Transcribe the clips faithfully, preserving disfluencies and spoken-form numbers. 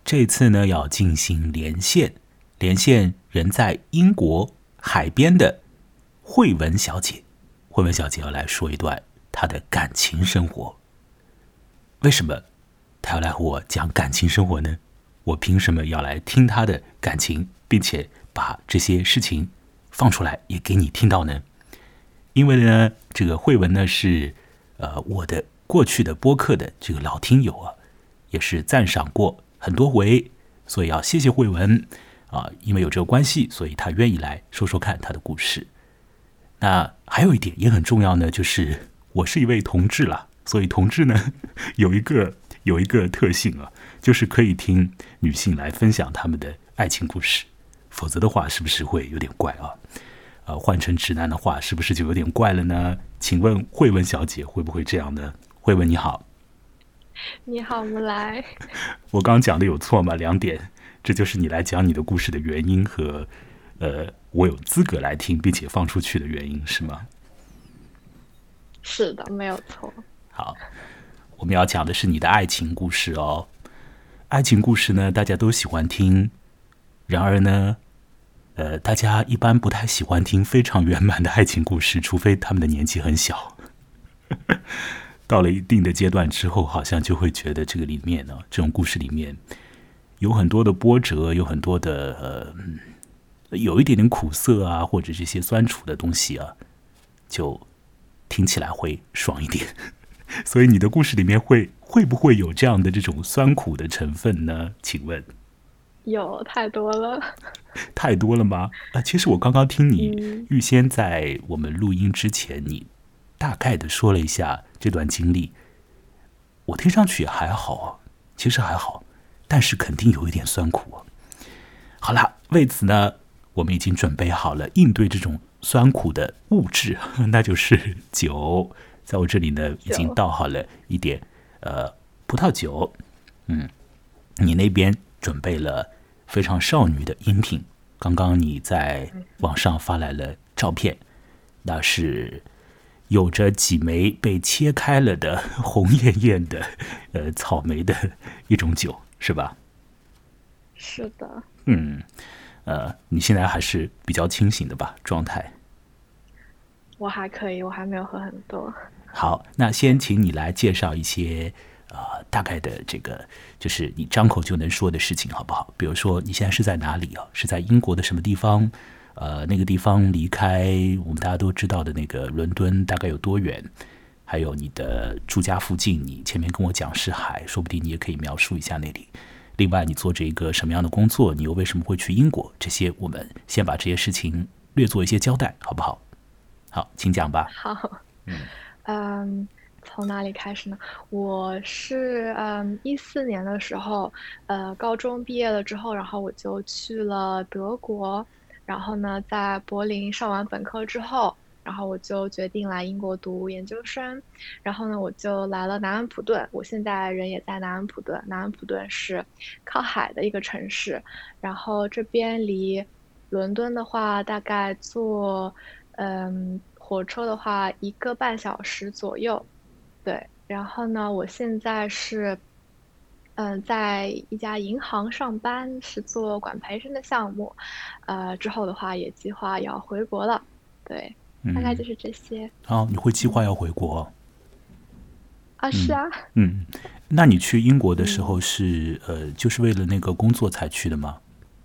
这次呢要进行连线，连线人在英国海边的慧文小姐。慧文小姐要来说一段她的感情生活。为什么她要来和我讲感情生活呢？我凭什么要来听她的感情，并且把这些事情放出来也给你听到呢？因为呢，这个慧文呢是呃我的过去的播客的这个老听友啊，也是赞赏过很多回，所以要谢谢慧文啊，因为有这个关系，所以她愿意来说说看她的故事。那还有一点也很重要呢，就是我是一位同志啦，所以同志呢有一个有一个特性啊，就是可以听女性来分享她们的爱情故事，否则的话是不是会有点怪啊？呃，换成直男的话，是不是就有点怪了呢？请问慧文小姐会不会这样呢？慧文你好。 你好，木来。 我刚刚讲的有错吗？两点，这就是你来讲你的故事的原因和呃，我有资格来听并且放出去的原因，是吗？ 是的，没有错。 好，我们要讲的是你的爱情故事哦。爱情故事呢，大家都喜欢听，然而呢，呃，大家一般不太喜欢听非常圆满的爱情故事，除非他们的年纪很小。到了一定的阶段之后，好像就会觉得这个里面呢，这种故事里面有很多的波折，有很多的呃，有一点点苦涩啊，或者这些酸楚的东西啊，就听起来会爽一点。所以你的故事里面会会不会有这样的这种酸苦的成分呢？请问？ 有，太多了。 太多了吗？啊，其实我刚刚听你预先在我们录音之前，你大概的说了一下这段经历，我听上去也还好啊，其实还好，但是肯定有一点酸苦啊。好啦，为此呢，我们已经准备好了应对这种酸苦的物质，那就是酒。在我这里呢，已经倒好了一点呃葡萄酒。嗯，你那边准备了非常少女的饮品，刚刚你在网上发来了照片，那是有着几枚被切开了的红艳艳的呃草莓的一种酒，是吧？ 是的。 嗯，呃，你现在还是比较清醒的吧？状态？ 我还可以，我还没有喝很多。 好，那先请你来介绍一些呃大概的这个，就是你张口就能说的事情，好不好？比如说你现在是在哪里啊？是在英国的什么地方？呃，那个地方离开我们大家都知道的那个伦敦大概有多远？还有你的住家附近，你前面跟我讲是海，说不定你也可以描述一下那里。另外，你做着一个什么样的工作？你又为什么会去英国？这些我们先把这些事情略做一些交代，好不好？好，请讲吧。 好。 嗯。 嗯，从哪里开始呢？我是嗯一四年的时候，呃，高中毕业了之后，然后我就去了德国，然后呢，在柏林上完本科之后，然后我就决定来英国读研究生，然后呢，我就来了南安普顿，我现在人也在南安普顿，南安普顿是靠海的一个城市，然后这边离伦敦的话，大概坐嗯。火车的话，一个半小时左右，对。然后呢，我现在是，嗯，在一家银行上班，是做管培生的项目。呃，之后的话也计划要回国了，对，大概就是这些。 哦，你会计划要回国？ 啊，是啊。 嗯，那你去英国的时候是、嗯、呃，就是为了那个工作才去的吗？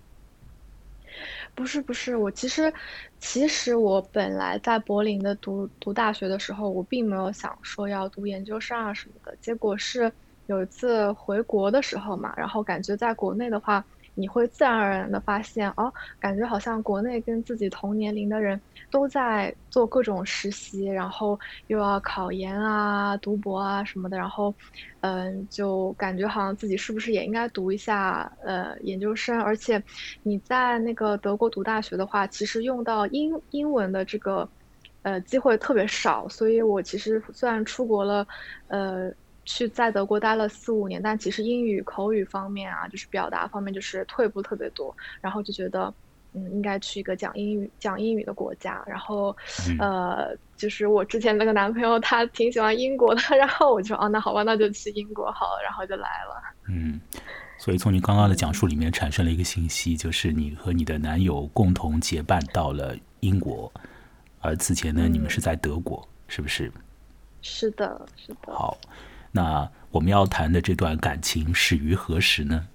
不是不是，我其实，其实我本来在柏林的读读大学的时候，我并没有想说要读研究生啊什么的。结果是有一次回国的时候嘛，然后感觉在国内的话，你会自然而然的发现，哦，感觉好像国内跟自己同年龄的人都在做各种实习，然后又要考研啊、读博啊什么的，然后，嗯，就感觉好像自己是不是也应该读一下呃研究生，而且你在那个德国读大学的话，其实用到英英文的这个呃机会特别少，所以我其实虽然出国了，呃。去在德国待了四五年，但其实英语口语方面啊，就是表达方面就是退步特别多，然后就觉得，嗯，应该去一个讲英语讲英语的国家，然后，呃，就是我之前那个男朋友他挺喜欢英国的，然后我就说，哦，那好吧，那就去英国好了，然后就来了。 嗯， 所以从你刚刚的讲述里面产生了一个信息，就是你和你的男友共同结伴到了英国，而此前呢， 嗯、 你们是在德国，是不是？ 是的，是的。 好，那我们要谈的这段感情始于何时呢？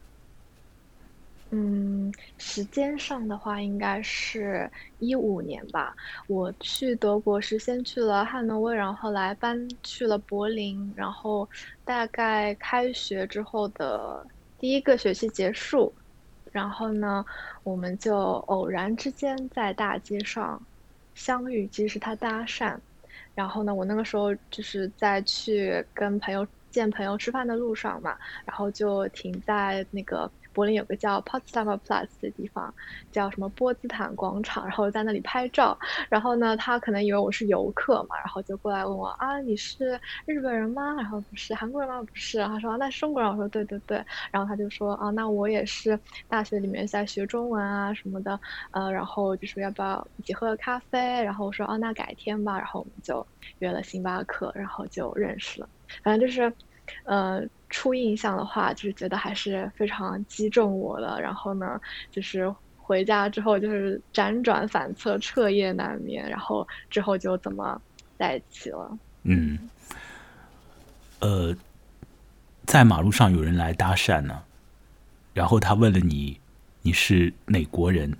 嗯，时间上的话，应该是一五年吧。我去德国是先去了汉诺威，然后后来搬去了柏林，然后大概开学之后的第一个学期结束，然后呢，我们就偶然之间在大街上相遇，其实是他搭讪。然后呢，我那个时候就是在去跟朋友见朋友吃饭的路上嘛，然后就停在那个柏林有个叫 Potsdamer Platz 的地方，叫什么波茨坦广场，然后在那里拍照。然后呢，他可能以为我是游客嘛，然后就过来问我啊，你是日本人吗？然后不是，韩国人吗？不是。然后说、啊、那是中国人。我说对对对。然后他就说啊，那我也是大学里面在学中文啊什么的，呃，然后就说要不要一起喝个咖啡？然后我说哦、啊，那改天吧。然后我们就约了星巴克，然后就认识了。反正就是，呃，初印象的话，就是觉得还是非常击中我的。然后呢，就是回家之后就是辗转反侧，彻夜难眠。然后之后就怎么在一起了。 嗯，呃，在马路上有人来搭讪呢，然后他问了你，你是哪国人？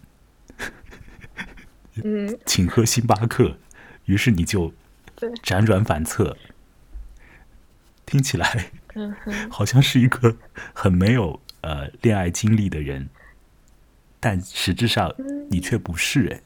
嗯， 请喝星巴克。于是你就对， 辗转反侧，听起来嗯哼， 好像是一个很没有呃恋爱经历的人，但实质上你却不是哎。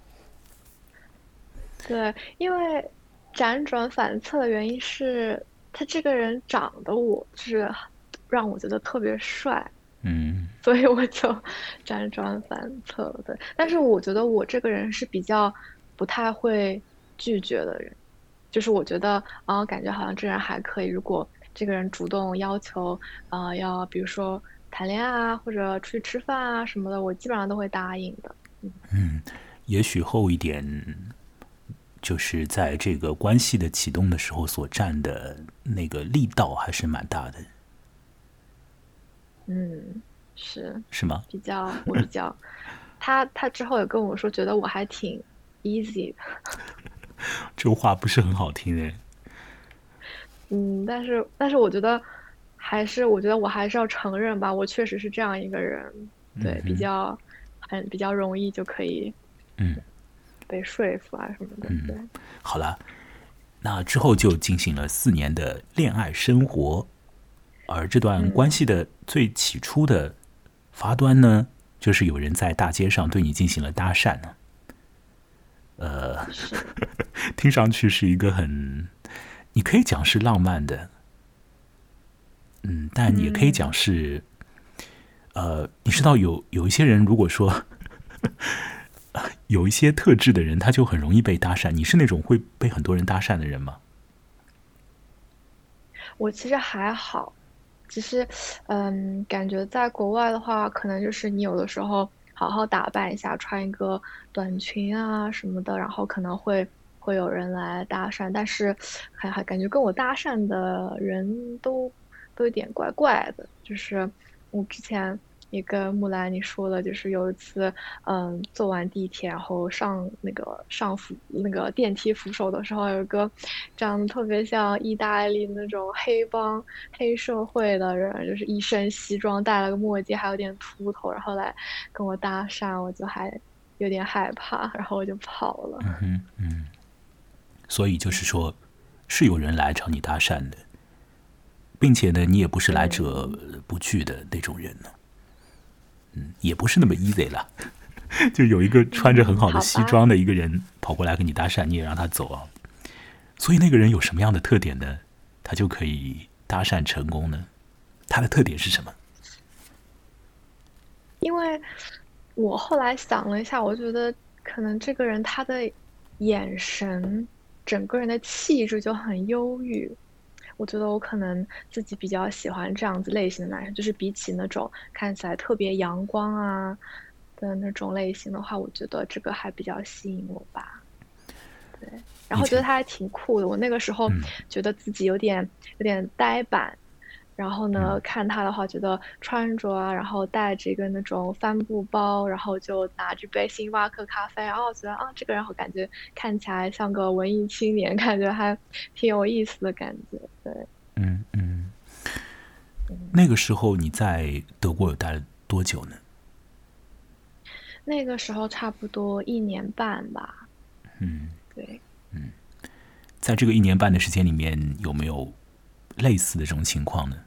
对，因为辗转反侧的原因是他这个人长得我就是让我觉得特别帅。 嗯所以我就辗转反侧了。对，但是我觉得我这个人是比较不太会拒绝的人，就是我觉得啊，感觉好像这人还可以。如果这个人主动要求啊、呃要比如说谈恋爱啊，或者出去吃饭啊什么的，我基本上都会答应的。 嗯，也许后一点，就是在这个关系的启动的时候所占的那个力道还是蛮大的， 嗯，是是吗？ 比较我比较，他他之后也跟我说，觉得我还挺 easy 的。 这话不是很好听哎。 嗯，但是但是我觉得还是我觉得我还是要承认吧，我确实是这样一个人。对，比较很比较容易就可以嗯被说服啊什么的。对， 好了，那之后就进行了四年的恋爱生活，而这段关系的最起初的发端呢，就是有人在大街上对你进行了搭讪呢。呃， 是， 听上去是一个很，你可以讲是浪漫的，嗯，但也可以讲是，呃，你知道有有一些人，如果说有一些特质的人，他就很容易被搭讪。你是那种会被很多人搭讪的人吗？ 我其实还好，其实，嗯，感觉在国外的话，可能就是你有的时候好好打扮一下，穿一个短裙啊什么的，然后可能会会有人来搭讪，但是还还感觉跟我搭讪的人都都有点怪怪的。就是我之前也跟木兰你说了，就是有一次，嗯，坐完地铁，然后上那个上扶那个电梯扶手的时候，有一个长得特别像意大利那种黑帮黑社会的人，就是一身西装，戴了个墨镜，还有点秃头，然后来跟我搭讪，我就还有点害怕，然后我就跑了。 嗯嗯，所以就是说，是有人来找你搭讪的，并且呢，你也不是来者不拒的那种人呢。嗯，也不是那么 easy 了。就有一个穿着很好的西装的一个人跑过来跟你搭讪，你也让他走啊。所以那个人有什么样的特点呢？他就可以搭讪成功呢？他的特点是什么？ 因为我后来想了一下，我觉得可能这个人他的眼神，整个人的气质就很忧郁。我觉得我可能自己比较喜欢这样子类型的男生，就是比起那种看起来特别阳光啊的那种类型的话，我觉得这个还比较吸引我吧。对，然后觉得他还挺酷的。我那个时候觉得自己有点有点呆板， 然后呢，看他的话，觉得穿着啊，然后带着一个那种帆布包，然后就拿着杯星巴克咖啡，然后觉得啊，这个人好感觉看起来像个文艺青年，感觉还挺有意思的感觉。对， 嗯嗯。那个时候你在德国有待了多久呢？ 那个时候差不多一年半吧。 嗯， 对。 嗯，在这个一年半的时间里面，有没有类似的这种情况呢？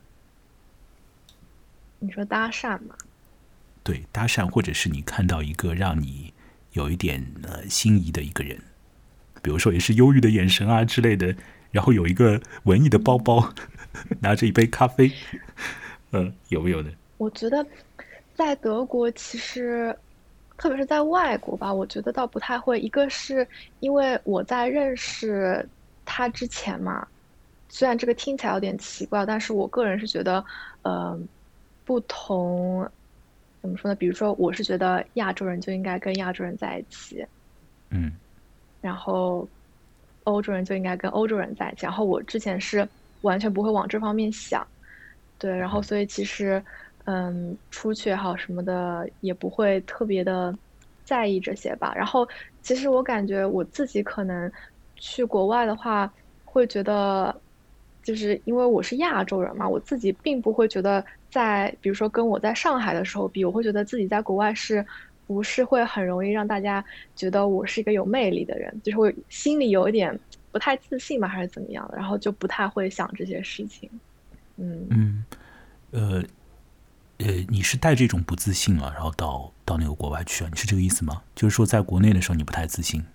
你说搭讪吗？ 对，搭讪，或者是你看到一个让你有一点呃心仪的一个人，比如说也是忧郁的眼神啊之类的，然后有一个文艺的包包，拿着一杯咖啡，呃，有没有呢？ 我觉得在德国其实，特别是在外国吧，我觉得倒不太会。一个是因为我在认识他之前嘛，虽然这个听起来有点奇怪，但是我个人是觉得，呃，不同怎么说呢？比如说，我是觉得亚洲人就应该跟亚洲人在一起， 嗯然后欧洲人就应该跟欧洲人在一起。然后我之前是完全不会往这方面想。对，然后所以其实，嗯，出去也好什么的，也不会特别的在意这些吧。然后其实我感觉我自己可能去国外的话，会觉得，就是因为我是亚洲人嘛，我自己并不会觉得在，比如说跟我在上海的时候比，我会觉得自己在国外是不是会很容易让大家觉得我是一个有魅力的人，就是会心里有一点不太自信吧，还是怎么样的，然后就不太会想这些事情。嗯。 嗯，呃呃，你是带这种不自信啊，然后到到那个国外去啊？你是这个意思吗？就是说，在国内的时候你不太自信。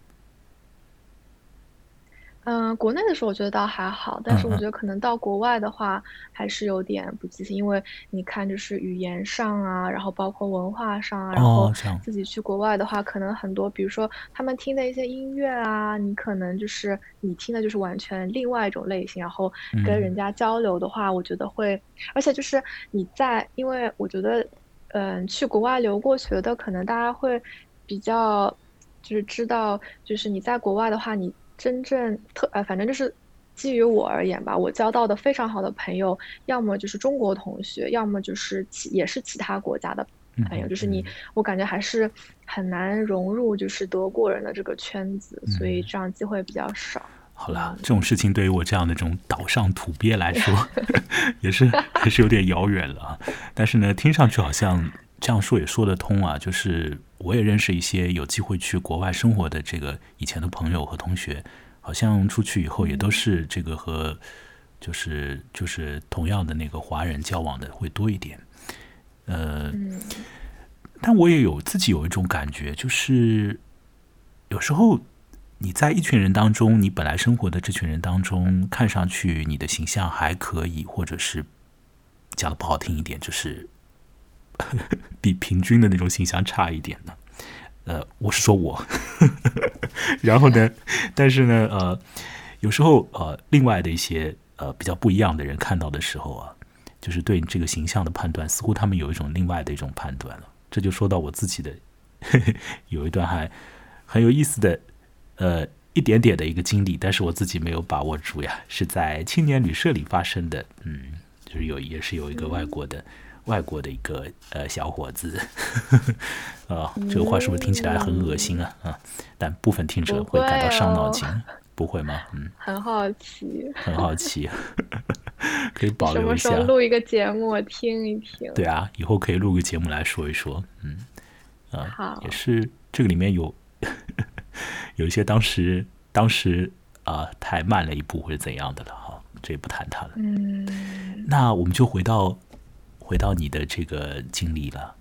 嗯，国内的时候我觉得倒还好，但嗯嗯。 是我觉得可能到国外的话，还是有点不自信，因为你看，就是语言上啊，然后包括文化上啊，然后哦，这样。 自己去国外的话，可能很多，比如说他们听的一些音乐啊，你可能就是你听的就是完全另外一种类型，然后跟嗯人家交流的话，我觉得会，而且就是你在，因为我觉得，嗯，去国外留过学的，可能大家会比较，就是知道，就是你在国外的话，你真正特呃，反正就是基于我而言吧，我交到的非常好的朋友，要么就是中国同学，要么就是其也是其他国家的朋友，就是你，我感觉还是很难融入就是德国人的这个圈子，所以这样机会比较少。 好啦， 嗯， 这种事情对于我这样的这种岛上土鳖来说，也是还是有点遥远了啊。但是呢，听上去好像这样说也说得通啊。就是我也认识一些有机会去国外生活的这个以前的朋友和同学，好像出去以后也都是这个和就是就是同样的那个华人交往的会多一点。呃， 嗯但我也有自己有一种感觉，就是有时候你在一群人当中，你本来生活的这群人当中，看上去你的形象还可以，或者是讲的不好听一点，就是呵呵比平均的那种形象差一点的。呃，我是说我，然后呢，但是呢，呃，有时候呃，另外的一些呃比较不一样的人看到的时候啊，就是对你这个形象的判断，似乎他们有一种另外的一种判断了。这就说到我自己的呵呵有一段还很有意思的呃一点点的一个经历，但是我自己没有把握住呀，是在青年旅社里发生的。嗯，就是有也是有一个外国的、嗯、外国的一个呃小伙子，啊、呃，这个话是不是听起来很恶心啊？啊，但部分听者会感到伤脑筋，不会吗？嗯， 很好奇， 很好奇，可以保留一下。 什么时候录一个节目我听一听？ 对啊，以后可以录个节目来说一说。嗯，啊、 好， 也是这个里面有有一些当时当时啊、呃、太慢了一步或者怎样的了哈，这也不谈它了。 嗯， 那我们就回到回到你的这个经历了。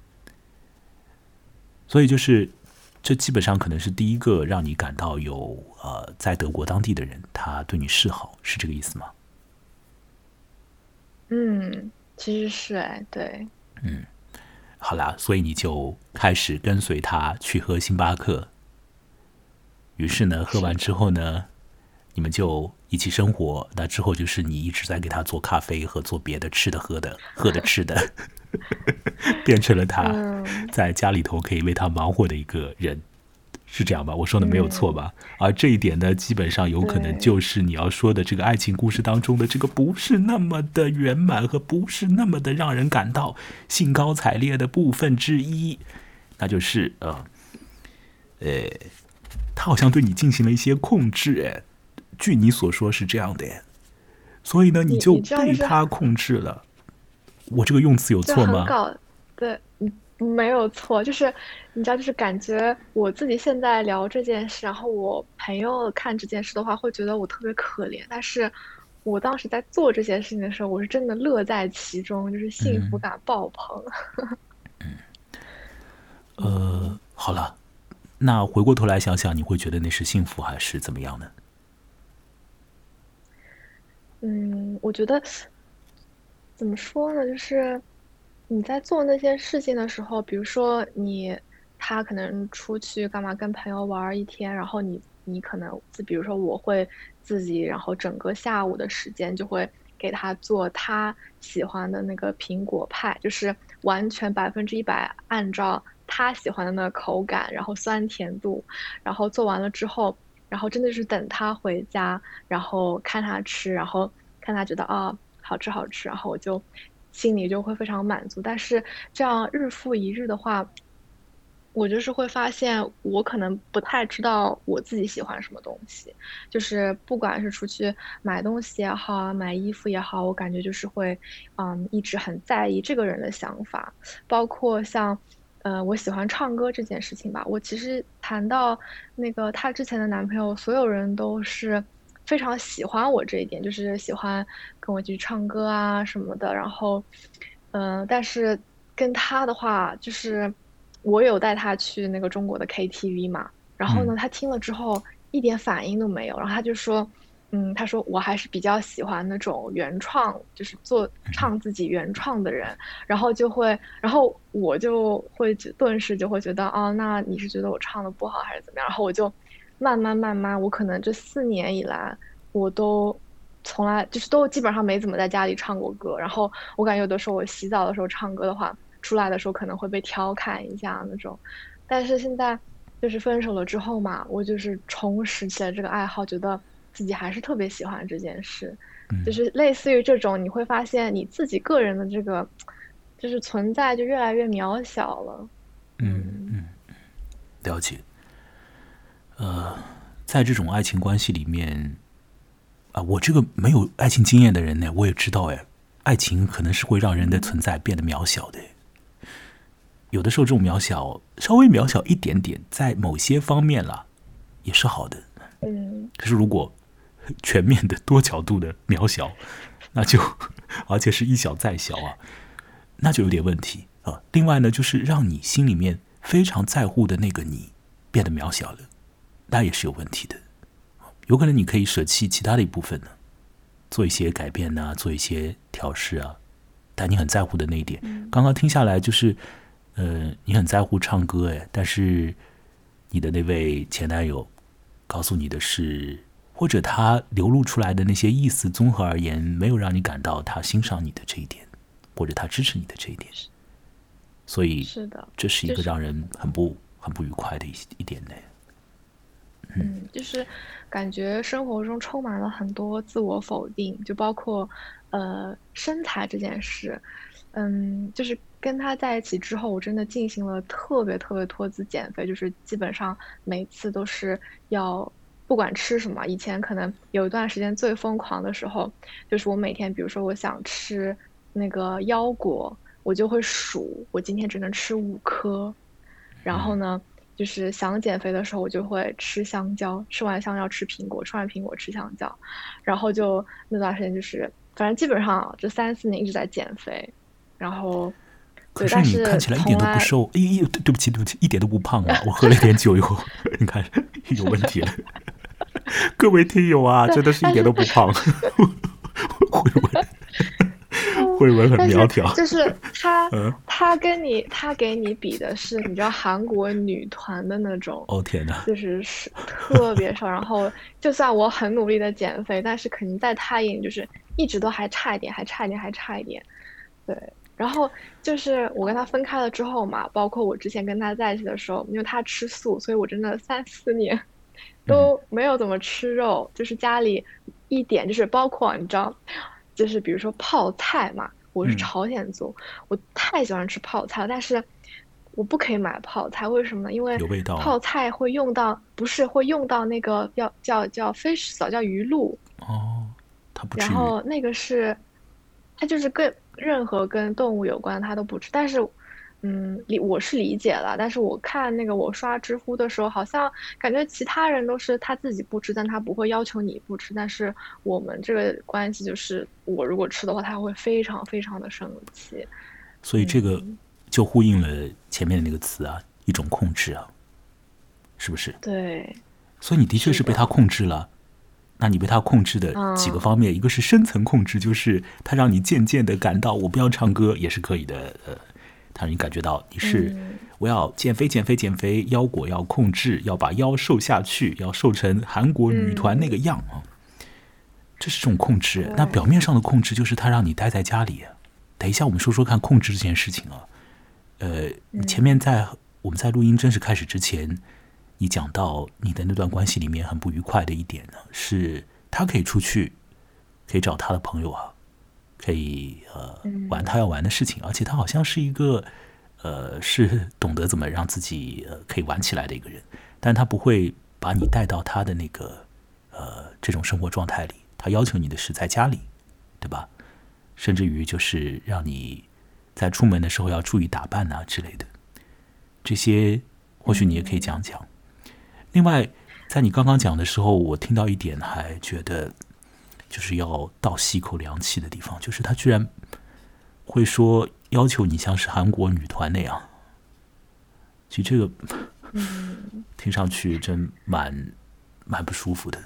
所以就是这基本上可能是第一个让你感到有呃在德国当地的人他对你示好，是这个意思吗？ 嗯，其实是哎，对， 嗯，好啦，所以你就开始跟随他去喝星巴克。于是呢，喝完之后呢，你们就一起生活。那之后就是你一直在给他做咖啡和做别的吃的、喝的、喝的、吃的，变成了他在家里头可以为他忙活的一个人， 是这样吧？我说的没有错吧？嗯、而这一点呢，基本上有可能就是你要说的这个爱情故事当中的这个不是那么的圆满和不是那么的让人感到兴高采烈的部分之一，那就是呃，呃，他好像对你进行了一些控制，哎，据你所说是这样的，所以呢，你就被他控制了。我这个用词有错吗？ 很搞，对，没有错，就是你知道，就是感觉我自己现在聊这件事，然后我朋友看这件事的话，会觉得我特别可怜。但是我当时在做这些事情的时候，我是真的乐在其中，就是幸福感爆棚。 嗯，呃，好了，那回过头来想想，你会觉得那是幸福还是怎么样呢？ 嗯，我觉得。怎么说呢？就是你在做那些事情的时候，比如说你他可能出去干嘛，跟朋友玩一天，然后你你可能比如说我会自己，然后整个下午的时间就会给他做他喜欢的那个苹果派，就是完全百分之一百按照他喜欢的那个口感，然后酸甜度，然后做完了之后，然后真的是等他回家，然后看他吃，然后看他觉得啊。好吃好吃，然后我就心里就会非常满足。但是这样日复一日的话，我就是会发现我可能不太知道我自己喜欢什么东西，就是不管是出去买东西也好啊，买衣服也好，我感觉就是会嗯一直很在意这个人的想法，包括像呃我喜欢唱歌这件事情吧。我其实谈到那个她之前的男朋友，所有人都是。非常喜欢我这一点，就是喜欢跟我一起唱歌啊什么的。然后，嗯、呃，但是跟他的话，就是我有带他去那个中国的 K T V 嘛。然后呢，他听了之后一点反应都没有。然后他就说，嗯，他说我还是比较喜欢那种原创，就是做唱自己原创的人。然后就会，然后我就会顿时就会觉得，哦，那你是觉得我唱的不好还是怎么样？然后我就。慢慢慢慢，我可能这四年以来，我都从来就是都基本上没怎么在家里唱过歌。然后我感觉有的时候我洗澡的时候唱歌的话，出来的时候可能会被调侃一下那种。但是现在就是分手了之后嘛，我就是重拾起来这个爱好，觉得自己还是特别喜欢这件事。就是类似于这种，你会发现你自己个人的这个就是存在就越来越渺小了。 嗯嗯，了解。呃，在这种爱情关系里面，啊，我这个没有爱情经验的人呢，我也知道，哎，爱情可能是会让人的存在变得渺小的。有的时候，这种渺小稍微渺小一点点，在某些方面啦，也是好的。 嗯。 可是如果全面的、多角度的渺小，那就而且是一小再小啊，那就有点问题啊。另外呢，就是让你心里面非常在乎的那个你变得渺小了。那也是有问题的，有可能你可以舍弃其他的一部分呢，做一些改变啊，做一些调试啊。但你很在乎的那一点，嗯、刚刚听下来就是，呃，你很在乎唱歌哎，但是你的那位前男友告诉你的是，或者他流露出来的那些意思，综合而言，没有让你感到他欣赏你的这一点，或者他支持你的这一点。所以， 是的， 这是一个让人很不很不愉快的一一点呢。 嗯，就是感觉生活中充满了很多自我否定，就包括呃身材这件事。嗯，就是跟他在一起之后，我真的进行了特别特别多次减肥，就是基本上每次都是要不管吃什么。以前可能有一段时间最疯狂的时候，就是我每天，比如说我想吃那个腰果，我就会数我今天只能吃五颗，然后呢。就是想减肥的时候，我就会吃香蕉，吃完香蕉吃苹果，吃完苹果吃香蕉，然后就那段时间就是，反正基本上这三四年一直在减肥，然后， 可是你看起来一点都不瘦，哎哎，对不起对不起，一点都不胖啊！我喝了点酒以后，你看有问题了。各位听友啊，真的是一点都不胖，慧文。慧文很苗条， 就是他，嗯、他跟你，他给你比的是，你知道韩国女团的那种， 哦天哪， 就是是特别瘦。然后，就算我很努力的减肥，但是肯定在他眼里就是一直都还差一点，还差一点，还差一点。对， 然后就是我跟他分开了之后嘛，包括我之前跟他在一起的时候，因为他吃素，所以我真的三四年嗯都没有怎么吃肉，就是家里一点就是包括你知道，就是比如说泡菜嘛，我是嗯， 朝鲜族，我太喜欢吃泡菜了，但是我不可以买泡菜，为什么呢？因为有味道啊。 泡菜会用到，不是会用到那个叫叫叫 fish sauce 叫鱼露， 哦，他不然吃鱼。 后那个是，它就是跟任何跟动物有关它都不吃。但是，嗯，理我是理解了，但是我看那个我刷知乎的时候，好像感觉其他人都是他自己不吃，但他不会要求你不吃。但是我们这个关系就是，我如果吃的话，他会非常非常的生气。 所以这个嗯， 就呼应了前面的那个词啊，一种控制啊，是不是？ 对， 所以你的确是的， 是被他控制了。那你被他控制的几个嗯方面，一个是深层控制，就是他让你渐渐的感到我不要唱歌也是可以的，呃，他让你感觉到你是嗯我要减肥减肥减肥，腰果要控制，要把腰瘦下去，要瘦成韩国女团那嗯， 个样啊，这是这种控制。那表对， 面上的控制就是他让你待在家里。等一下，我们说说看控制这件事情啊。呃，你前面嗯在我们在录音正式开始之前，你讲到你的那段关系里面很不愉快的一点呢，是他可以出去，可以找他的朋友啊，可以呃玩嗯他要玩的事情，而且他好像是一个呃是懂得怎么让自己呃可以玩起来的一个人，但他不会把你带到他的那个呃这种生活状态里，他要求你的是在家里，对吧？甚至于就是让你在出门的时候要注意打扮啊之类的，这些或许你也可以讲嗯讲。另外，在你刚刚讲的时候，我听到一点还觉得就是要倒吸一口凉气的地方，就是他居然会说要求你像是韩国女团那样。其实这个嗯听上去真蛮蛮不舒服的，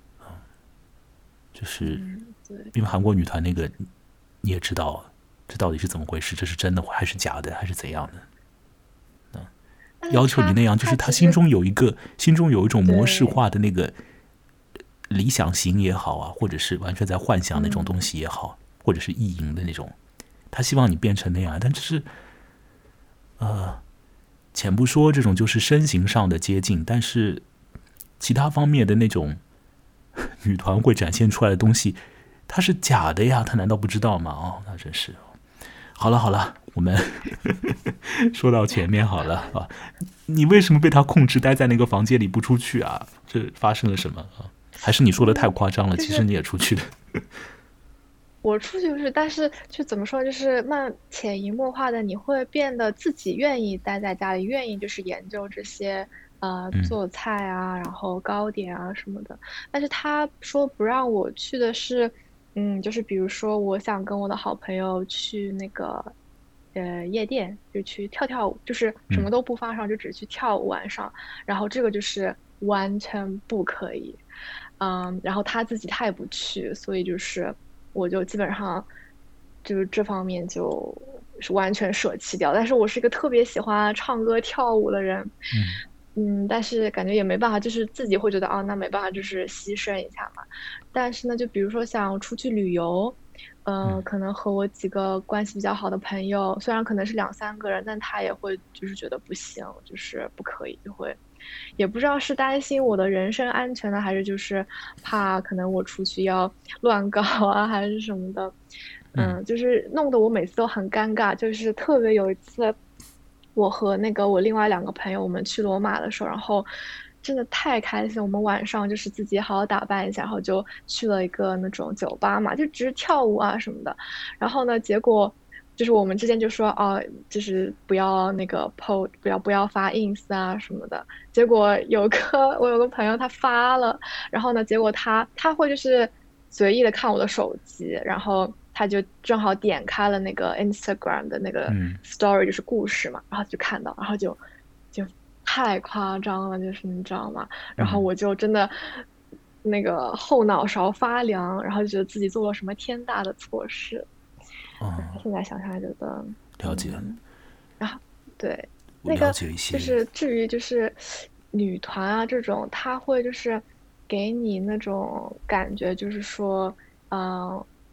就是嗯，对。 因为韩国女团那个你也知道，这到底是怎么回事？这是真的还是假的，还是怎样的？要求你但是他那样，就是他心他其实中有一个，心中有一种模式对， 化的那个理想型也好啊，或者是完全在幻想那种东嗯西也好，或者是意淫的那种，他希望你变成那样，但这是呃，且不说这种就是身形上的接近，但是其他方面的那种女团会展现出来的东西，它是假的呀，他难道不知道吗？哦，那真是。好了好了，我们说到前面好了啊。你为什么被他控制，待在那个房间里不出去啊？这发生了什么啊？还是你说的太嗯， 夸张了？ 就是其实你也出去了。 我出去就是，但是就怎么说，就是慢潜移默化的，你会变得自己愿意待在家里，愿意就是研究这些呃嗯做菜啊，然后糕点啊什么的。但是他说不让我去的是，嗯，就是比如说我想跟我的好朋友去那个呃夜店，就去跳跳舞，就是什么嗯都不发生，就只去跳舞晚上，然后这个就是完全不可以。嗯，然后他自己他也不去，所以就是我就基本上就是这方面就是完全舍弃掉。但是我是一个特别喜欢唱歌跳舞的人， 嗯嗯，但是感觉也没办法，就是自己会觉得啊，那没办法，就是牺牲一下嘛。但是呢，就比如说想出去旅游，呃， 嗯可能和我几个关系比较好的朋友，虽然可能是两三个人，但他也会就是觉得不行，就是不可以，就会。也不知道是担心我的人身安全呢，还是就是怕可能我出去要乱搞啊，还是什么的。 嗯嗯，就是弄得我每次都很尴尬。就是特别有一次，我和那个我另外两个朋友，我们去罗马的时候，然后真的太开心。我们晚上就是自己好好打扮一下，然后就去了一个那种酒吧嘛，就只是跳舞啊什么的。然后呢，结果就是我们之间就说哦，就是不要那个 P O，不要不要发 ins 啊什么的。结果有个我有个朋友他发了，然后呢，结果他他会就是随意的看我的手机，然后他就正好点开了那个 Instagram 的那个嗯 story，就是故事嘛，然后就看到，然后就就太夸张了，就是你知道吗？然后嗯我就真的那个后脑勺发凉，然后就觉得自己做了什么天大的错事。哎， 哦， 现在想想还觉得， 了解， 嗯，然后对， 我了那个解一些。 就是至于就是女团啊这种，她会就是给你那种感觉，就是说，嗯、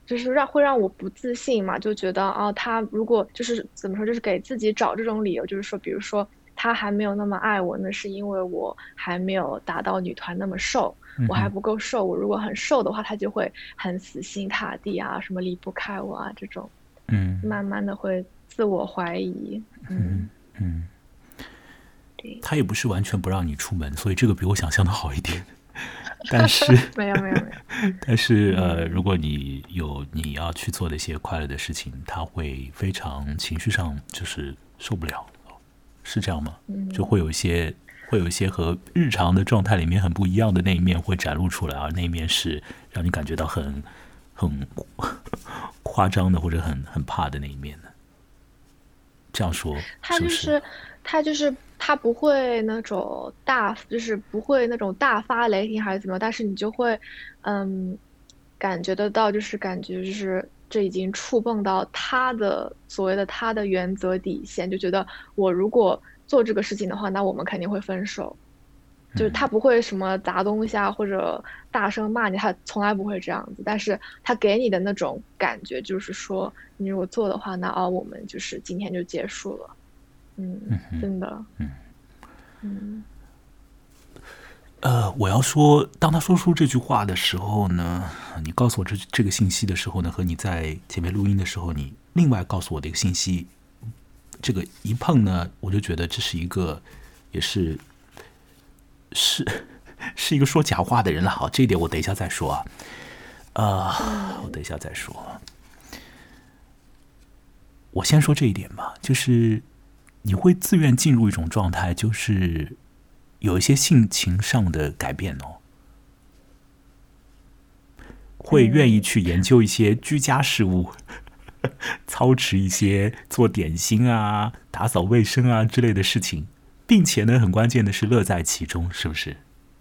就是让会让我不自信嘛，就觉得啊，他如果就是怎么说，就是给自己找这种理由，就是说，比如说他还没有那么爱我，那是因为我还没有达到女团那么瘦，我还不够瘦。我如果很瘦的话，他就会很死心塌地啊，什么离不开我啊，这种， 嗯慢慢的会自我怀疑。嗯嗯， 对， 他也不是完全不让你出门，所以这个比我想象的好一点。但是没有没有没有， 但是呃， 嗯如果你有你要去做的一些快乐的事情，他会非常情绪上就是受不了，是这样吗？就嗯。 会有一些会有一些和日常的状态里面很不一样的那一面会展露出来，而那一面是让你感觉到很很夸张的或者很很怕的那一面呢？这样说是不是？ 他就是他就是他不会那种大，就是不会那种大发雷霆还是怎么样，但是你就会，嗯，感觉得到，就是感觉就是这已经触碰到他的所谓的他的原则底线，就觉得我如果做这个事情的话，那我们肯定会分手。就是他不会什么砸东西啊，或者大声骂你，他从来不会这样子。但是他给你的那种感觉，就是说，你如果做的话，那哦，我们就是今天就结束了。嗯，真的，嗯呃，我要说，当他说出这句话的时候呢，你告诉我这这个信息的时候呢，和你在前面录音的时候，你另外告诉我的一个信息，这个一碰呢，我就觉得这是一个，也是是是一个说假话的人了。好，这一点我等一下再说啊。啊、我等一下再说。我先说这一点吧，就是你会自愿进入一种状态，就是有一些性情上的改变哦，会愿意嗯， 去研究一些居家事务，操持一些做点心啊、打扫卫生啊之类的事情，并且呢，很关键的是乐在其中，是不是？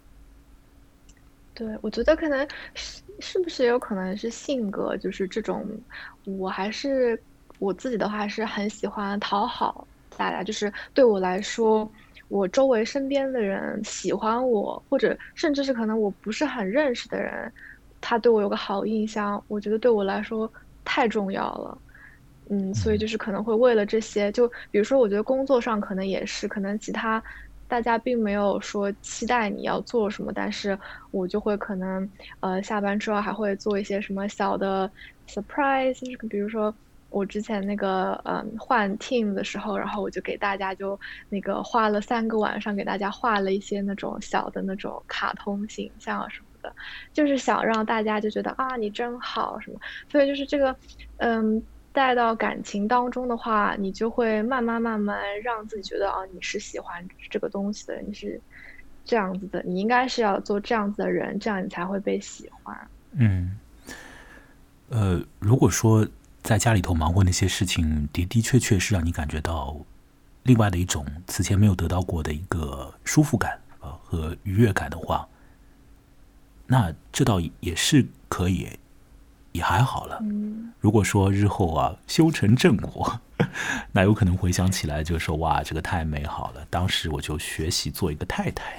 对，我觉得可能是是不是有可能是性格，就是这种，我还是我自己的话，还是很喜欢讨好大家。就是对我来说，我周围身边的人喜欢我，或者甚至是可能我不是很认识的人，他对我有个好印象，我觉得对我来说太重要了。嗯，所以就是可能会为了这些，就比如说，我觉得工作上可能也是，可能其他大家并没有说期待你要做什么，但是我就会可能呃下班之后还会做一些什么小的 surprise，就是比如说我之前那个嗯换 team 的时候，然后我就给大家就那个花了三个晚上给大家画了一些那种小的那种卡通形象啊什么的，就是想让大家就觉得啊你真好什么。所以就是这个，嗯，带到感情当中的话，你就会慢慢慢慢让自己觉得啊，你是喜欢这个东西的，你是这样子的，你应该是要做这样子的人，这样你才会被喜欢。 嗯，呃，如果说在家里头忙活那些事情，的的确确是让你感觉到另外的一种此前没有得到过的一个舒服感呃和愉悦感的话，那这倒也是可以，也还好了。 嗯如果说日后啊修成正果，那有可能回想起来就说哇，这个太美好了，当时我就学习做一个太太。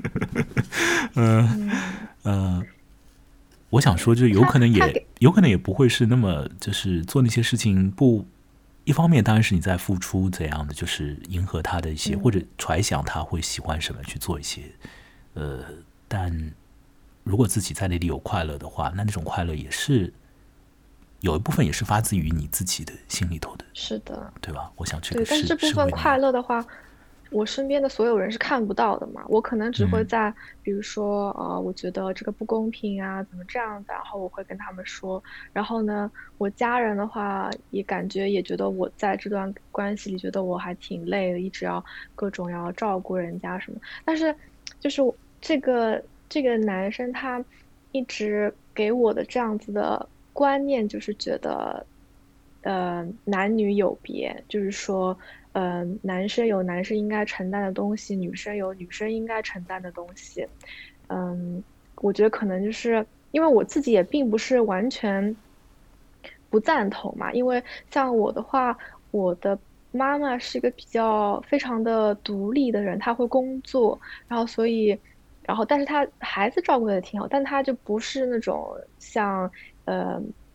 呃嗯， 呃，我想说，就有他可能也他给有可能也不会是那么，就是做那些事情不。一方面当然是你在付出怎样的，就是迎合他的一些，或者嗯。 揣想他会喜欢什么去做一些，呃，但如果自己在那里有快乐的话，那那种快乐也是有一部分也是发自于你自己的心里头的， 是的， 对吧？我想这个对，但是是这部分是会那样。 快乐的话，我身边的所有人是看不到的嘛。我可能只会嗯在，比如说，呃，我觉得这个不公平啊，怎么这样的，然后我会跟他们说。然后呢，我家人的话也感觉也觉得我在这段关系里觉得我还挺累的，一直要各种要照顾人家什么。但是，就是我这个这个男生他一直给我的这样子的观念，就是觉得。呃，男女有别，就是说，呃，男生有男生应该承担的东西，女生有女生应该承担的东西。嗯，我觉得可能就是因为我自己也并不是完全不赞同嘛，因为像我的话，我的妈妈是一个比较非常的独立的人，她会工作，然后所以，然后但是她孩子照顾的也挺好，但她就不是那种像呃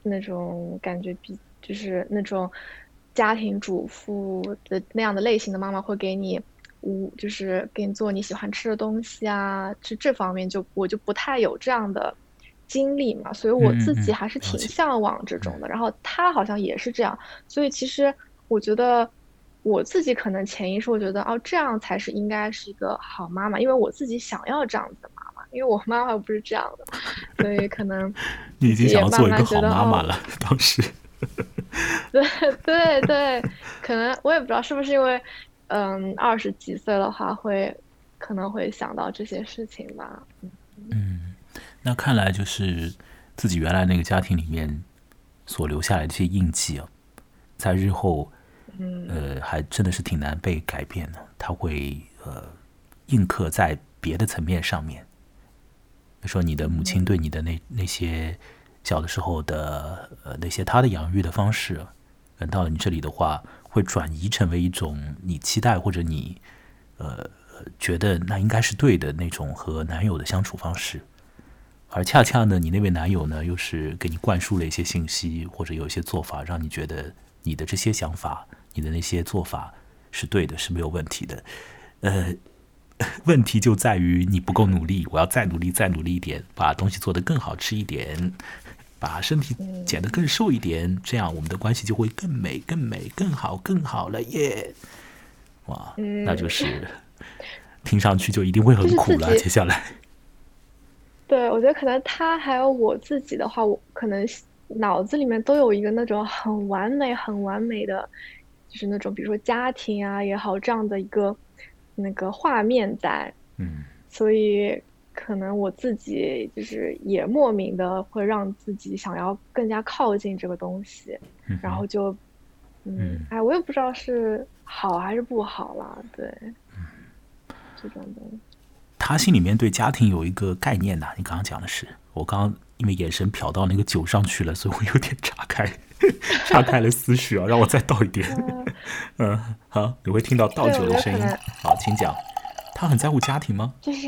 那种感觉比就是那种家庭主妇的那样的类型的妈妈会给你无就是给你做你喜欢吃的东西啊，这这方面就我就不太有这样的经历嘛，所以我嗯嗯嗯， 自己还是了解。 挺向往这种的。然后他好像也是这样，所以其实我觉得我自己可能潜意识会觉得，哦，这样才是应该是一个好妈妈，因为我自己想要这样子的妈妈，因为我妈妈不是这样的，所以可能你已经想自己也要做一个好慢慢觉得，哦， 妈妈了，当时。 对对对，可能我也不知道是不是因为，嗯，二十几岁的话会可能会想到这些事情吧。 那看来就是自己原来那个家庭里面所留下来的这些印记啊，在日后，呃，还真的是挺难被改变的。它会呃印刻在别的层面上面。比如说你的母亲对你的那那些小的时候的呃那些她的养育的方式，等到了你这里的话，会转移成为一种你期待或者你呃觉得那应该是对的那种和男友的相处方式。而恰恰呢，你那位男友呢，又是给你灌输了一些信息，或者有一些做法，让你觉得你的这些想法、你的那些做法是对的，是没有问题的。呃，问题就在于你不够努力，我要再努力，再努力一点，把东西做得更好吃一点，把身体减得更瘦一点，这样我们的关系就会更美、更美、更好、更好了耶！哇，那就是听上去就一定会很苦了。接下来。 对，我觉得可能他还有我自己的话，我可能脑子里面都有一个那种很完美、很完美的，就是那种比如说家庭啊也好，这样的一个那个画面在， 嗯， 所以可能我自己就是也莫名的会让自己想要更加靠近这个东西， 嗯然后就，嗯， 嗯哎，我也不知道是好还是不好啦，对，这种的。 他心里面对家庭有一个概念呐、你刚刚讲的是，我刚刚因为眼神瞟到那个酒上去了，所以我有点岔开，岔开了思绪啊，让我再倒一点。嗯，好，你会听到倒酒的声音。好，请讲。他很在乎家庭吗？ 就是，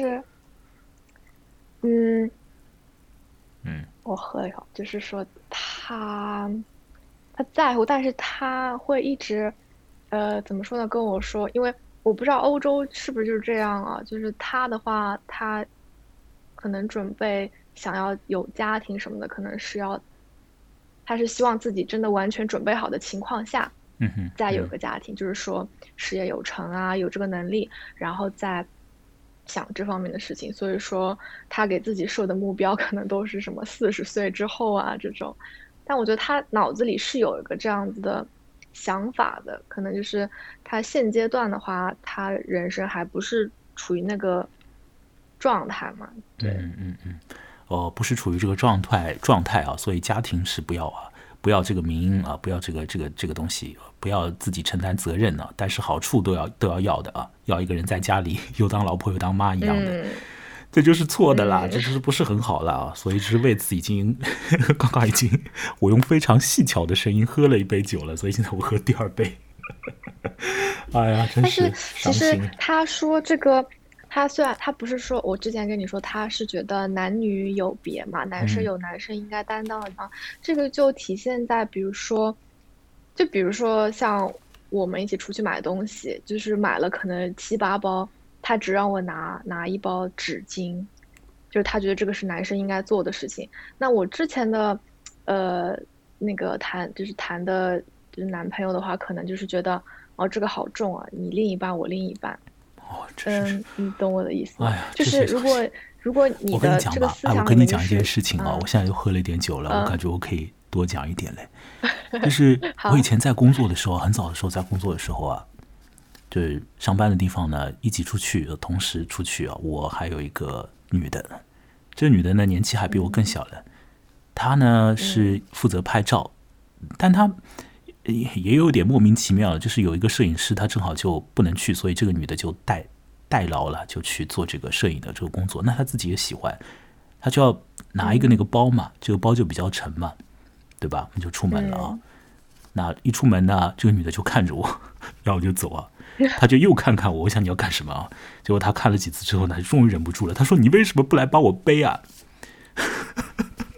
嗯嗯我喝了一口，就是说他他在乎，但是他会一直，呃，怎么说呢？跟我说，因为我不知道欧洲是不是就是这样啊？就是他的话，他可能准备想要有家庭什么的，可能是要，他是希望自己真的完全准备好的情况下， 嗯哼再有嗯个家庭，就是说事业有成啊，有这个能力，然后再想这方面的事情。所以说，他给自己设的目标可能都是什么四十岁之后啊这种。但我觉得他脑子里是有一个这样子的想法的，可能就是他现阶段的话，他人生还不是处于那个状态嘛。对， 嗯嗯嗯，哦，不是处于这个状态状态啊，所以家庭是不要啊，不要这个名啊，不要这个这个这个东西，不要自己承担责任呢、啊，但是好处都要都要要的啊，要一个人在家里又当老婆又当妈一样的。 嗯这就是错的啦， 嗯这就是不是很好了啊！所以只是为此已经刚刚已经我用非常细巧的声音喝了一杯酒了，所以现在我喝第二杯。哎呀，真但是其实伤心。 他说这个，他虽然他不是说我之前跟你说他是觉得男女有别嘛，男生嗯有男生应该担当的地方，这个就体现在比如说，就比如说像我们一起出去买东西，就是买了可能七八包，他只让我拿拿一包纸巾，就是他觉得这个是男生应该做的事情。那我之前的，呃，那个谈就是谈的，就是男朋友的话，可能就是觉得哦这个好重啊，你另一半我另一半， 哦，这是嗯，你懂我的意思吗？ 哎呀， 就这些是如果如果你我跟你的这个讲吧，哎，我思想里跟你讲一件面是， 事情啊， 嗯我现在又喝了一点酒了，我感嗯， 觉我可以多讲一点嘞。就是我以好， 前在工作的时候，很早的时候在工作的时候啊，就是上班的地方呢，一起出去，呃同时出去啊，我还有一个女的，这个女的呢年纪还比我更嗯小的，她呢嗯是负责拍照，但她也也有点莫名其妙，就是有一个摄影师，他正好就不能去，所以这个女的就代代劳了，就去做这个摄影的这个工作。那她自己也喜欢，她就要拿一个那个包嘛，这个包就比较沉嘛，对吧？我们就出门了啊。 嗯那一出门呢，这个女的就看着我，然后我就走啊。她就又看看我，我想你要干什么啊？结果她看了几次之后呢，终于忍不住了，她说：“你为什么不来帮我背啊？”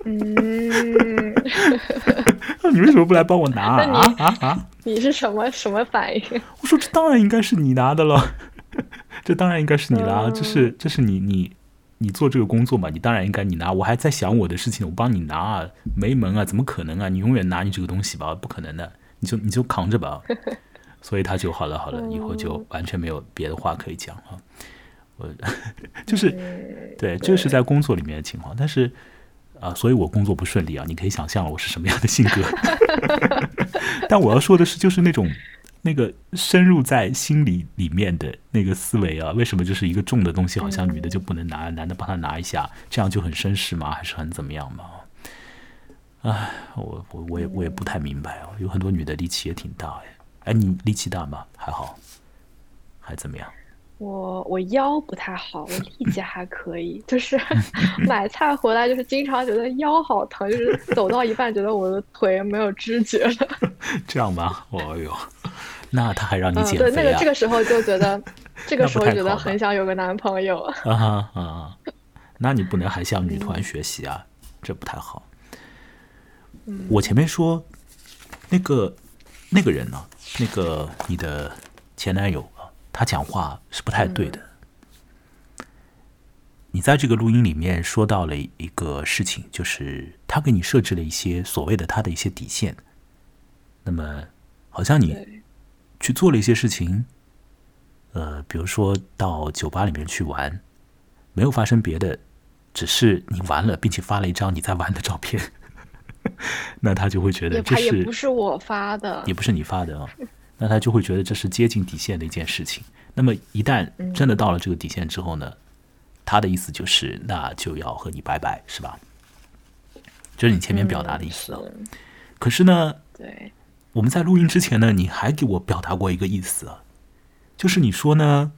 嗯， 你为什么不来帮我拿啊？啊啊啊！ 你是什么什么反应？ 我说这当然应该是你拿的了，这当然应该是你啦， 嗯、 这是这是你你你做这个工作嘛，你当然应该你拿。我还在想我的事情，我帮你拿啊，没门啊，怎么可能啊？你永远拿你这个东西吧，不可能的，你就你就扛着吧。所以他就好了好了，以后就完全没有别的话可以讲啊。我就是对，这是在工作里面的情况，但是。啊，所以我工作不顺利啊！你可以想象我是什么样的性格。但我要说的是，就是那种那个深入在心里里面的那个思维啊，为什么就是一个重的东西，好像女的就不能拿，男的帮她拿一下，这样就很绅士吗？还是很怎么样吗？哎，我我我也我也不太明白哦。有很多女的力气也挺大哎，哎，你力气大吗？还好，还怎么样？ 我我腰不太好，我力气还可以，就是买菜回来就是经常觉得腰好疼，就是走到一半觉得我的腿没有知觉了。 这样吗？哦呦，那他还让你减肥啊？ 嗯，对，那个这个时候就觉得，这个时候觉得很想有个男朋友。 啊哈啊，那你不能还向女团学习啊，嗯、这不太好。 嗯、 我前面说那个那个人呢、啊，那个你的前男友。他讲话是不太对的。嗯、你在这个录音里面说到了一个事情，就是他给你设置了一些所谓的他的一些底线。那么，好像你去做了一些事情，呃，比如说到酒吧里面去玩，没有发生别的，只是你玩了，并且发了一张你在玩的照片，那他就会觉得这是也不是我发的， 也不是你发的啊。那他就会觉得这是接近底线的一件事情。那么一旦真的到了这个底线之后呢，嗯、他的意思就是那就要和你拜拜，是吧？这是你前面表达的意思啊。嗯、可是呢， 对， 我们在录音之前呢，你还给我表达过一个意思啊，就是你说呢，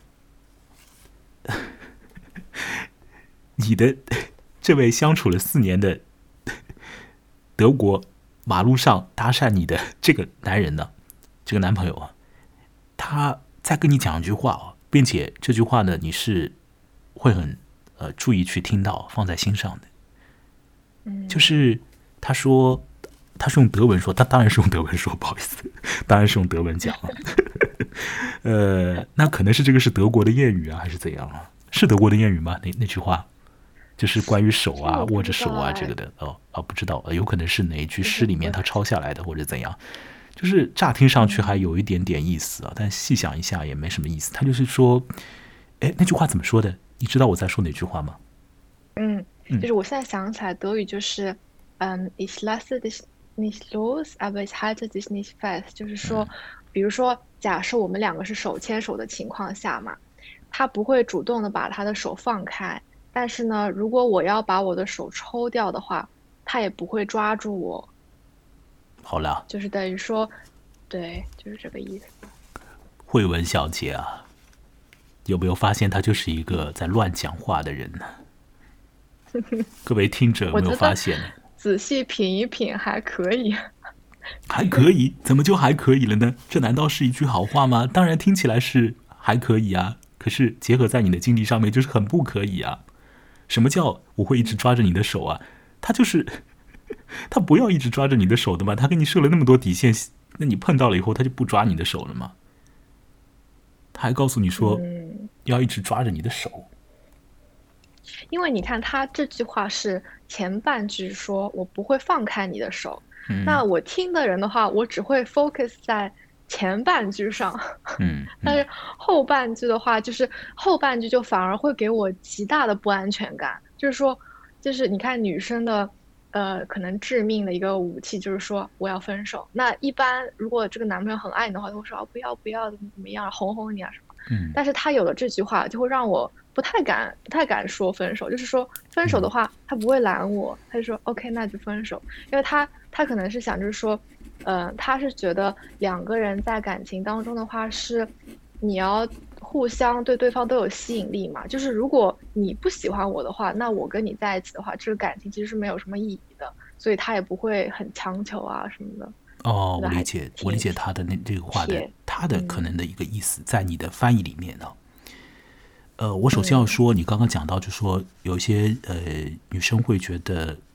你的这位相处了四年的德国马路上搭讪你的这个男人呢，这个男朋友啊，他在跟你讲一句话啊，并且这句话呢，你是会很呃注意去听到，放在心上的。 嗯， 就是他说，他是用德文说，他当然是用德文说，不好意思，当然是用德文讲啊。呃，那可能是这个是德国的谚语啊，还是怎样啊？是德国的谚语吗？那那句话就是关于手啊，握着手啊这个的哦啊，不知道，呃，有可能是哪一句诗里面他抄下来的，或者怎样。就是乍听上去还有一点点意思啊，但细想一下也没什么意思。他就是说，哎，那句话怎么说的？你知道我在说哪句话吗？ 嗯，就是我现在想起来，德语就是，嗯 ，ich lasse dich nicht los, aber ich halte dich nicht fest，就是说，比如说，假设我们两个是手牵手的情况下嘛，他不会主动的把他的手放开，但是呢，如果我要把我的手抽掉的话，他也不会抓住我。 好了， 就是等于说，对，就是这个意思。 慧文小姐啊，有没有发现他就是一个在乱讲话的人呢？各位听者有没有发现呢？ 仔细品一品，还可以。 还可以？怎么就还可以了呢？这难道是一句好话吗？当然听起来是还可以啊，可是结合在你的经历上面，就是很不可以啊。什么叫我会一直抓着你的手啊？他就是。他不要一直抓着你的手的嘛，他给你设了那么多底线，那你碰到了以后，他就不抓你的手了吗？他还告诉你说，嗯、要一直抓着你的手。 因为你看，他这句话是前半句说我不会放开你的手，嗯、那我听的人的话，我只会 focus 在前半句上， 嗯，嗯但是后半句的话，就是后半句就反而会给我极大的不安全感，就是说，就是你看女生的。呃，可能致命的一个武器就是说我要分手。那一般如果这个男朋友很爱你的话，他会说、哦、不要不要怎么怎么样，哄哄你啊什么。 嗯。 但是他有了这句话，就会让我不太敢不太敢说分手。就是说分手的话，他不会拦我，他就说 OK， 那就分手。因为他他可能是想就是说，呃，他是觉得两个人在感情当中的话是你要。互相对对方都有吸引力嘛，就是如果你不喜欢我的话，那我跟你在一起的话，这个感情其实是没有什么意义的，所以他也不会很强求啊什么的。 哦，我理解，我理解他的那这个话的，他的可能的一个意思，在你的翻译里面呢。呃，我首先要说，你刚刚讲到，就说有一些呃女生会觉得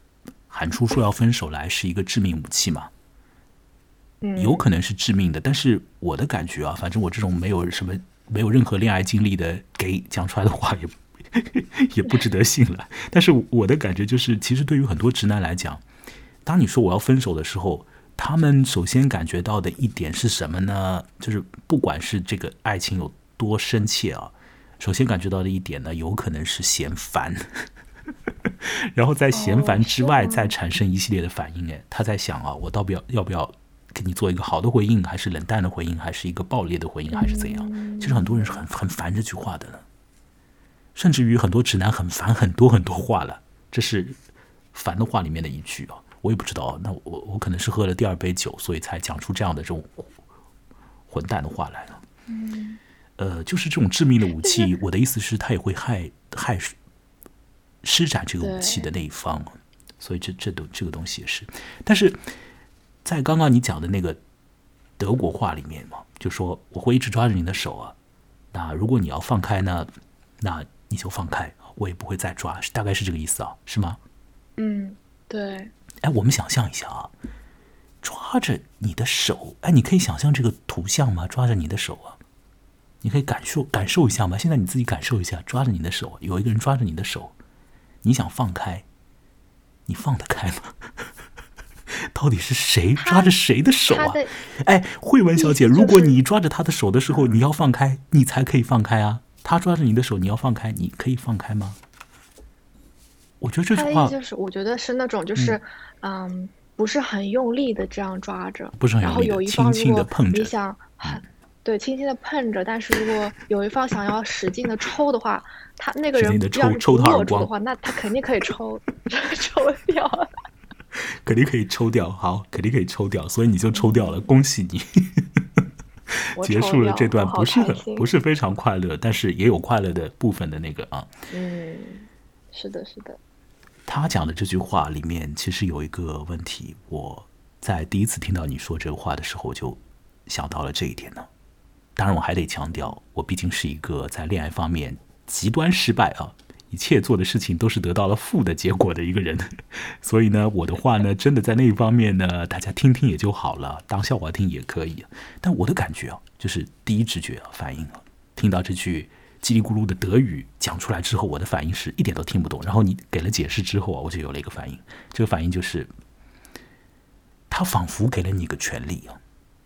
喊出说要分手来是一个致命武器嘛？ 嗯， 有可能是致命的，但是我的感觉啊，反正我这种没有什么没有任何恋爱经历的 gay 讲出来的话也也不值得信了。但是我的感觉就是，其实对于很多直男来讲，当你说我要分手的时候，他们首先感觉到的一点是什么呢？就是不管是这个爱情有多深切啊，首先感觉到的一点呢，有可能是嫌烦。然后在嫌烦之外， 哦、 再产生一系列的反应。哎，他在想啊，我到底要要不要给你做一个好的回应，还是冷淡的回应，还是一个暴烈的回应，还是怎样？ 嗯、 其实很多人是很很烦这句话的呢，甚至于很多直男很烦很多很多话了。这是烦的话里面的一句啊，我也不知道。那我我可能是喝了第二杯酒，所以才讲出这样的这种混蛋的话来了。 嗯， 呃，就是这种致命的武器，我的意思是，它也会害害。施展这个武器的那一方，所以这这都这个东西也是。但是在刚刚你讲的那个德国话里面嘛，就说我会一直抓着你的手啊，那如果你要放开呢，那你就放开，我也不会再抓，大概是这个意思啊，是吗？ 嗯，对。 哎，我们想象一下啊，抓着你的手，哎，你可以想象这个图像吗？抓着你的手啊，你可以感受感受一下吗？现在你自己感受一下，抓着你的手，有一个人抓着你的手。你想放开，你放得开吗？到底是谁抓着谁的手啊？哎，慧文小姐，如果你抓着他的手的时候，你要放开，你才可以放开啊。他抓着你的手，你要放开，你可以放开吗？我觉得这句话就是，我觉得是那种，就是，嗯，嗯不是很用力的这样抓着， 不是很用力的， 然后有一方轻轻的碰着， 你想很。对，轻轻的碰着，但是如果有一方想要使劲的抽的话，他那个人要是不握住的话，那他肯定可以抽抽掉， 肯定可以抽掉，好，肯定可以抽掉，所以你就抽掉了，嗯、恭喜你，结束了这段不是很不是非常快乐，但是也有快乐的部分的那个啊， 嗯，是的，是的。 他讲的这句话里面其实有一个问题，我在第一次听到你说这个话的时候，就想到了这一点呢。当然我还得强调，我毕竟是一个在恋爱方面极端失败啊，一切做的事情都是得到了负的结果的一个人，所以呢，我的话呢，真的在那一方面呢，大家听听也就好了，当笑话听也可以。但我的感觉啊，就是第一直觉啊，反应啊，听到这句叽里咕噜的德语讲出来之后，我的反应是一点都听不懂。然后你给了解释之后啊，我就有了一个反应，这个反应就是，他仿佛给了你一个权利啊。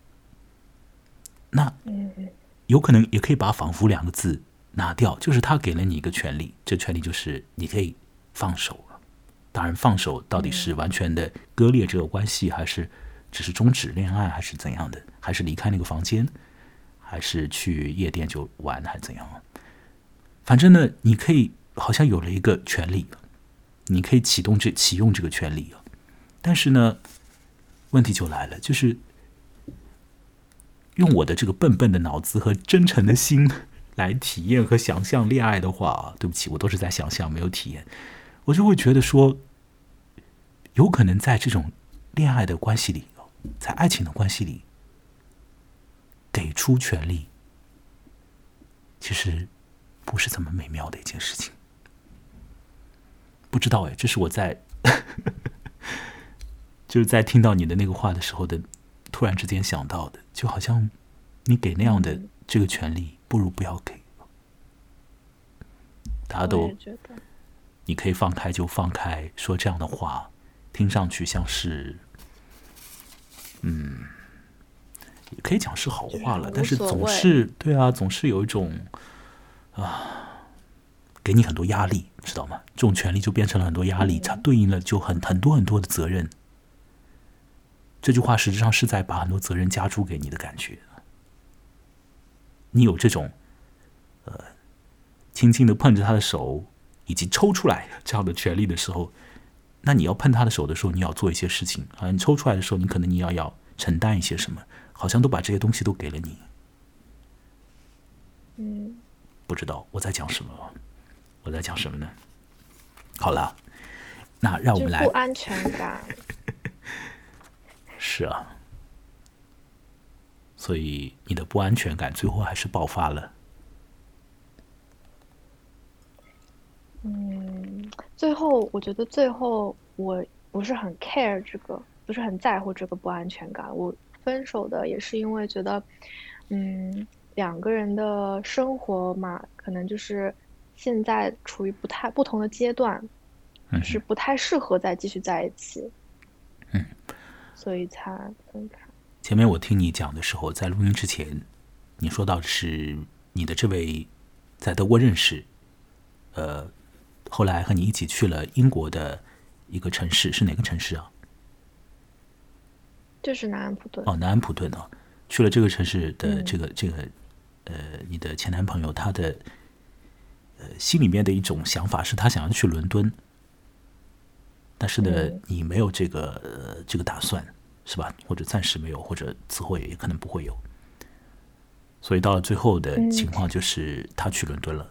那有可能也可以把仿佛两个字拿掉，就是他给了你一个权利，这权利就是你可以放手了。当然放手到底是完全的割裂这个关系，还是只是终止恋爱，还是怎样的，还是离开那个房间，还是去夜店就玩，还是怎样？反正呢，你可以好像有了一个权利，你可以启动这启用这个权利。但是呢，问题就来了，就是用我的这个笨笨的脑子和真诚的心来体验和想象恋爱的话，对不起，我都是在想象，没有体验，我就会觉得说，有可能在这种恋爱的关系里，在爱情的关系里，给出权利，其实不是这么美妙的一件事情。不知道哎，这是我在就是在听到你的那个话的时候的突然之间想到的，就好像你给那样的这个权利，不如不要给。大家都，你可以放开就放开，说这样的话，听上去像是，嗯，也可以讲是好话了，但是总是对啊，总是有一种啊，给你很多压力，知道吗？这种权利就变成了很多压力，它对应了就很很多很多的责任。这句话实际上是在把很多责任加诸给你的感觉。你有这种，呃，轻轻的碰着他的手，以及抽出来这样的权利的时候，那你要碰他的手的时候，你要做一些事情啊。你抽出来的时候，你可能你要要承担一些什么，好像都把这些东西都给了你。 嗯， 不知道我在讲什么，我在讲什么呢？好了，那让我们来不安全感。 是啊，所以你的不安全感最后还是爆发了。 嗯，最后我觉得最后我不是很 care 这个，不是很在乎这个不安全感。我分手的也是因为觉得，嗯，两个人的生活嘛，可能就是现在处于不太不同的阶段，就是不太适合再继续在一起， 嗯， 所以才分开。 前面我听你讲的时候，在录音之前，你说到的是你的这位在德国认识，呃，后来和你一起去了英国的一个城市，是哪个城市啊？ 就是南安普顿。 哦，南安普顿啊，去了这个城市的这个、嗯、这个呃，你的前男朋友他的呃心里面的一种想法是他想要去伦敦，但是呢， 嗯、 你没有这个、呃、这个打算，是吧？或者暂时没有，或者此后也可能不会有。所以到了最后的情况就是他去伦敦了。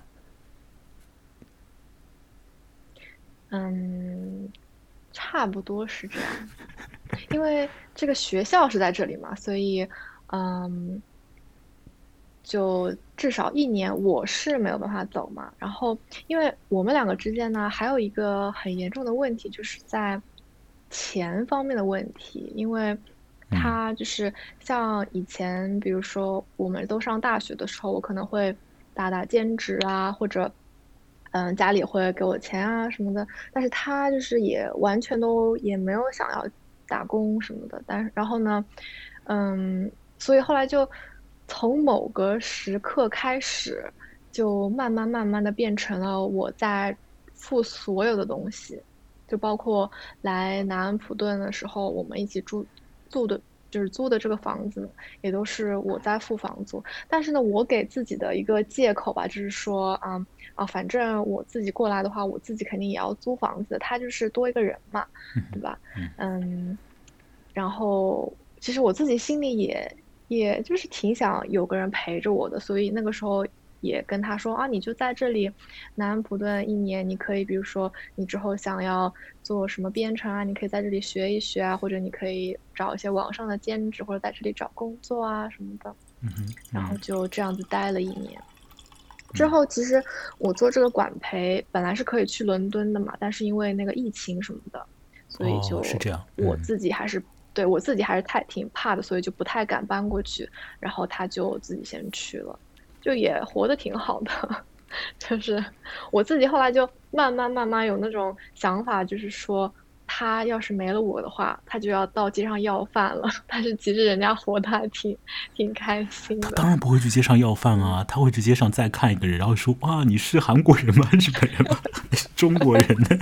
嗯，差不多是这样。因为这个学校是在这里嘛，所以，嗯，就至少一年我是没有办法走嘛。然后，因为我们两个之间呢，还有一个很严重的问题，就是在钱方面的问题。因为他就是像以前，比如说我们都上大学的时候，我可能会打打兼职啊，或者。嗯，家里会给我钱啊什么的，但是他就是也完全都也没有想要打工什么的，但是然后呢，嗯，所以后来就从某个时刻开始，就慢慢慢慢的变成了我在付所有的东西，就包括来南安普顿的时候，我们一起住住的。就是租的这个房子，也都是我在付房租。但是呢，我给自己的一个借口吧，就是说，嗯啊，反正我自己过来的话，我自己肯定也要租房子，他就是多一个人嘛，对吧？嗯，然后其实我自己心里也也就是挺想有个人陪着我的，所以那个时候。也跟他说啊，你就在这里南安普顿一年，你可以比如说你之后想要做什么编程啊，你可以在这里学一学啊，或者你可以找一些网上的兼职，或者在这里找工作啊什么的。 嗯哼， 然后就这样子待了一年。之后其实我做这个管培本来是可以去伦敦的嘛，但是因为那个疫情什么的，所以就我自己还是、哦、对我自己还是太挺怕的，所以就不太敢搬过去。然后他就自己先去了。就也活得挺好的，就是我自己后来就慢慢慢慢有那种想法，就是说他要是没了我的话，他就要到街上要饭了。但是其实人家活得还挺挺开心的。 他当然不会去街上要饭啊，他会去街上再看一个人，然后说：“哇，你是韩国人吗？日本人吗？是中国人呢？”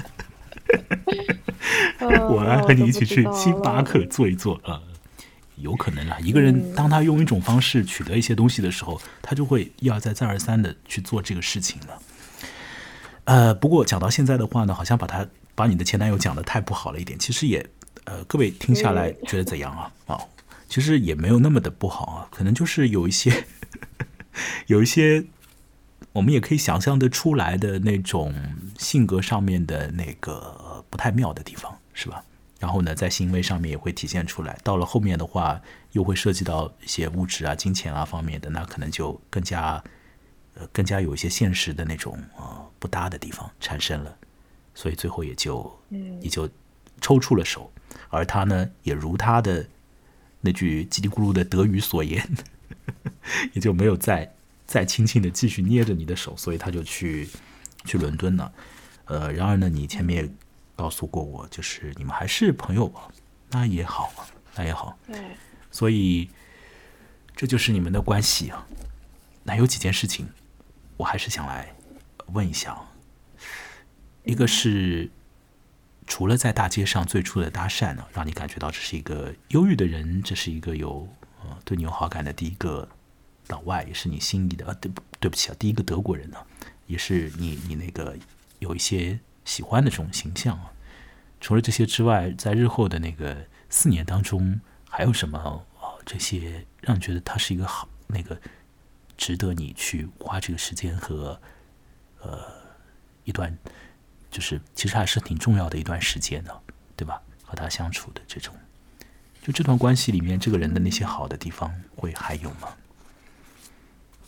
我来和你一起去星巴克坐一坐啊。有可能啦，一个人当他用一种方式取得一些东西的时候，嗯、他就会一而再再而三的去做这个事情了。呃，不过讲到现在的话呢，好像把他把你的前男友讲得太不好了一点。其实也，呃，各位听下来觉得怎样啊？啊、哦，其实也没有那么的不好啊，可能就是有一些有一些我们也可以想象得出来的那种性格上面的那个不太妙的地方，是吧？然后呢，在行为上面也会体现出来。到了后面的话，又会涉及到一些物质啊、金钱啊方面的，那可能就更加，呃，更加有一些现实的那种呃不搭的地方产生了，所以最后也就，也就抽出了手。而他呢，也如他的那句叽里咕噜的德语所言，也就没有再再轻轻的继续捏着你的手，所以他就去去伦敦了。呃，然而呢，你前面告诉过我，就是你们还是朋友吧，那也好，那也好。 对， 所以这就是你们的关系啊。那有几件事情，我还是想来问一下。一个是，除了在大街上最初的搭讪呢，让你感觉到这是一个忧郁的人，这是一个有呃对你有好感的第一个老外，也是你心仪的，呃、对对不起啊，第一个德国人呢、啊，也是你你那个有一些喜欢的这种形象啊。除了这些之外，在日后的那个四年当中，还有什么、哦、这些让你觉得他是一个好那个值得你去花这个时间和呃一段就是其实还是挺重要的一段时间的，对吧？和他相处的这种，就这段关系里面，这个人的那些好的地方会还有吗？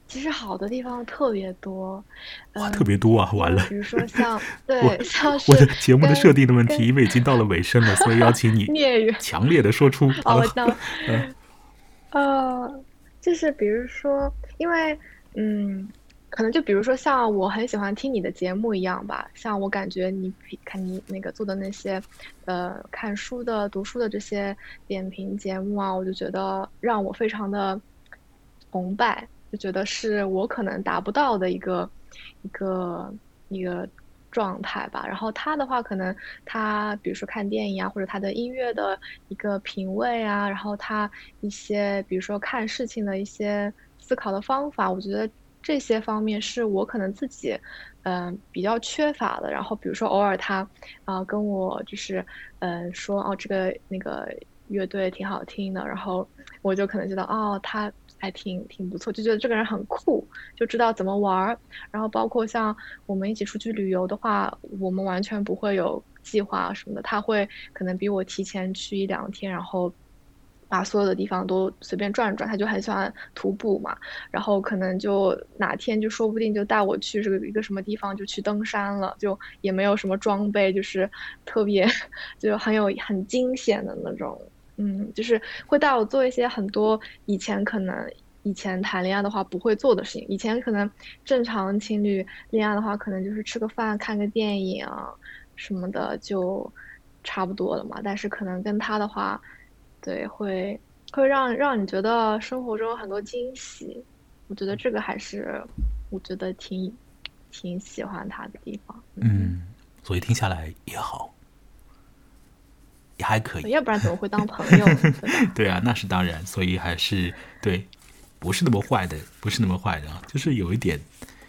其实好的地方特别多， 哇，特嗯， 别多啊！完了， 因为比如说像我对，像我的是节目的设跟定的问题， 跟因为已经到了尾声了，所以要请你孽缘强烈的说出。好哦， 了， 我知道， 嗯呃，就是比如说，因为嗯，可能就比如说像我很喜欢听你的节目一样吧，像我感觉你比看你那个做的那些，呃，看书的、读书的这些点评节目啊，我就觉得让我非常的崇拜，就觉得是我可能达不到的一个一个一个状态吧。然后他的话，可能他比如说看电影啊，或者他的音乐的一个品味啊，然后他一些比如说看事情的一些思考的方法，我觉得这些方面是我可能自己嗯、呃比较缺乏的。然后比如说偶尔他啊、呃跟我就是嗯、呃说哦这个那个乐队挺好听的，然后我就可能觉得哦他还挺挺不错，就觉得这个人很酷，就知道怎么玩儿。然后包括像我们一起出去旅游的话，我们完全不会有计划什么的，他会可能比我提前去一两天，然后把所有的地方都随便转转。他就很喜欢徒步嘛，然后可能就哪天就说不定就带我去这个一个什么地方，就去登山了，就也没有什么装备，就是特别就很有很惊险的那种。嗯，就是会带我做一些很多以前可能以前谈恋爱的话不会做的事情。以前可能正常情侣恋爱的话，可能就是吃个饭、看个电影啊什么的就差不多了嘛。但是可能跟他的话，对，会会让让你觉得生活中有很多惊喜。我觉得这个还是我觉得挺挺喜欢他的地方。嗯， 嗯，所以听下来也好，也还可以。 要不然怎么会当朋友呢？对吧？ 对啊，那是当然，所以还是对，不是那么坏的，不是那么坏的啊，就是有一点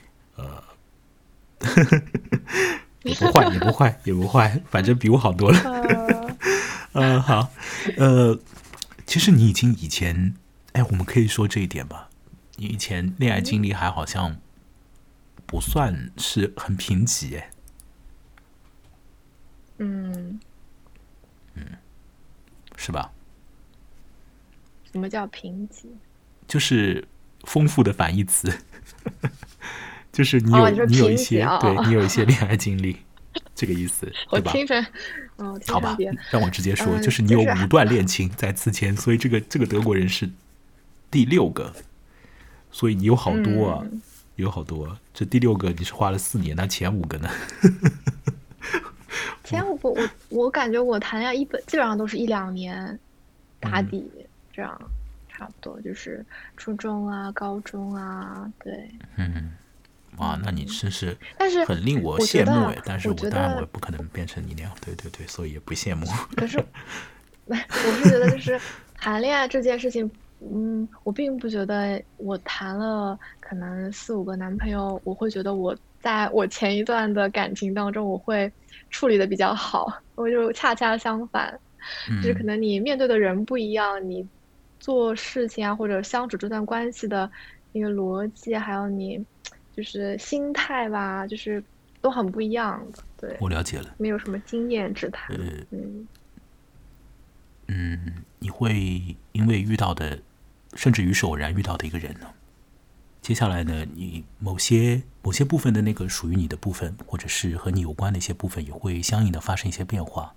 也不坏，也不坏，也不坏，反正比我好多了。 呃， 呃，好，呃，其实你已经以前，哎，我们可以说这一点吧？你以前恋爱嗯经历还好像不算是很贫瘠，哎， 嗯， 是吧？ 什么叫贫瘠？ 就是丰富的反义词，就是你哦， 有你说你有一贫瘠些， 啊？哦哦， 对你有一些恋爱经历，这个意思，对吧？ 我听成，哦，我听好吧， 成别， 让我直接说，就嗯， 是你有就是还五段恋情在此前，所以这个这个德国人是第六个，所以你有好多啊， 嗯， 有好多啊。这第六个你是花了四年，那前五个呢？ 前五个我我感觉我谈恋爱一本基本上都是一两年打底，这样差不多就是初中啊、高中啊，对， 哇，那你嗯， 真是但是很令我我觉得啊， 羡慕哎！但是我我当然我觉得， 也不可能变成你那样，对对对，所以也不羡慕。 可是我是觉得就是谈恋爱这件事情，嗯，我并不觉得我谈了可能四五个男朋友，我会觉得我在我前一段的感情当中，我会处理的比较好。我就恰恰相反，就是可能你面对的人不一样，你做事情啊或者相处这段关系的那个逻辑，还有你就是心态吧，就是都很不一样的。对， 我了解了， 没有什么经验之谈。嗯。 你会因为遇到的，甚至于是偶然遇到的一个人呢，接下来呢，你某些某些部分的那个属于你的部分，或者是和你有关的一些部分，也会相应的发生一些变化。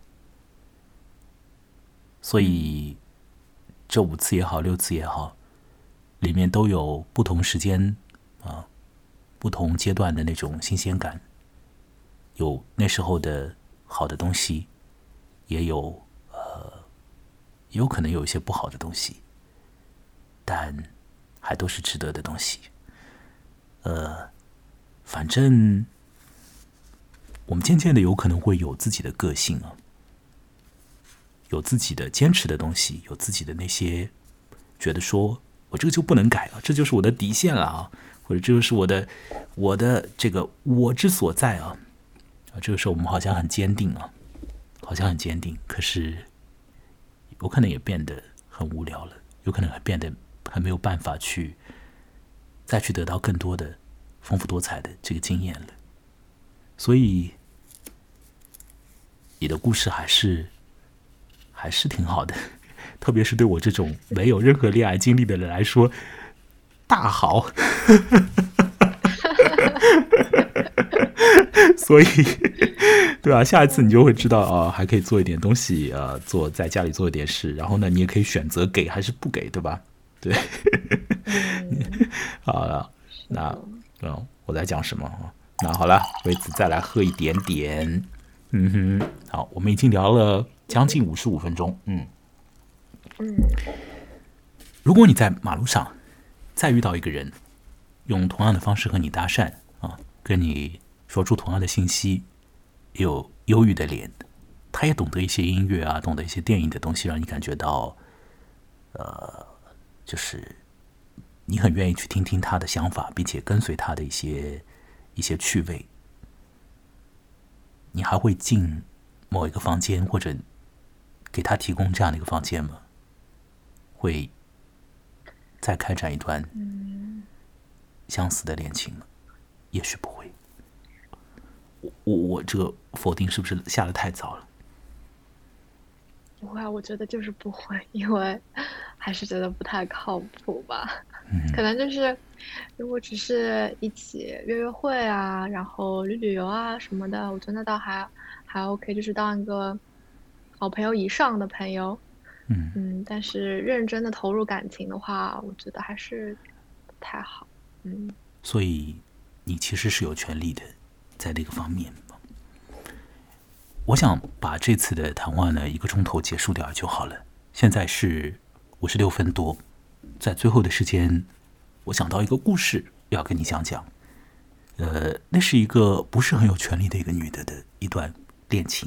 所嗯以这五次也好，六次也好，里面都有不同时间啊、不同阶段的那种新鲜感，有那时候的好的东西，也有呃，也有可能有一些不好的东西，但还都是值得的东西。呃，反正我们渐渐的有可能会有自己的个性啊，有自己的坚持的东西，有自己的那些觉得说我这个就不能改了，这就是我的底线了啊，或者这就是我的我的这个我之所在啊。啊，这个时候我们好像很坚定啊，好像很坚定，可是有可能也变得很无聊了，有可能还变得还没有办法去再去得到更多的丰富多彩的这个经验了。所以你的故事还是还是挺好的，特别是对我这种没有任何恋爱经历的人来说，大好。 所以，对吧？下一次你就会知道啊、呃，还可以做一点东西啊、呃，做在家里做一点事，然后呢，你也可以选择给还是不给，对吧？对， 嗯， 好了，那嗯，我在讲什么？那好了，为此再来喝一点点。嗯哼，好，我们已经聊了将近五十五分钟。嗯嗯， 如果你在马路上再遇到一个人，用同样的方式和你搭讪啊，跟你说出同样的信息，有忧郁的脸，他也懂得一些音乐啊，懂得一些电影的东西，让你感觉到，呃，就是你很愿意去听听他的想法，并且跟随他的一些一些趣味。你还会进某一个房间，或者给他提供这样的一个房间吗？会再开展一段相似的恋情吗？也许不会。我我我这个否定是不是下得太早了？ 不会啊，我觉得就是不会，因为还是觉得不太靠谱吧。 嗯， 可能就是如果只是一起约约会啊，然后旅旅游啊什么的，我觉得那倒还还 OK，就是当一个好朋友以上的朋友。 嗯嗯，但是认真的投入感情的话，我觉得还是不太好。嗯， 所以你其实是有权利的，在这个方面。我想把这次的谈话呢，一个钟头结束掉就好了。现在是五十六分多，在最后的时间，我想到一个故事要跟你讲讲。呃，那是一个不是很有权利的一个女的的一段恋情，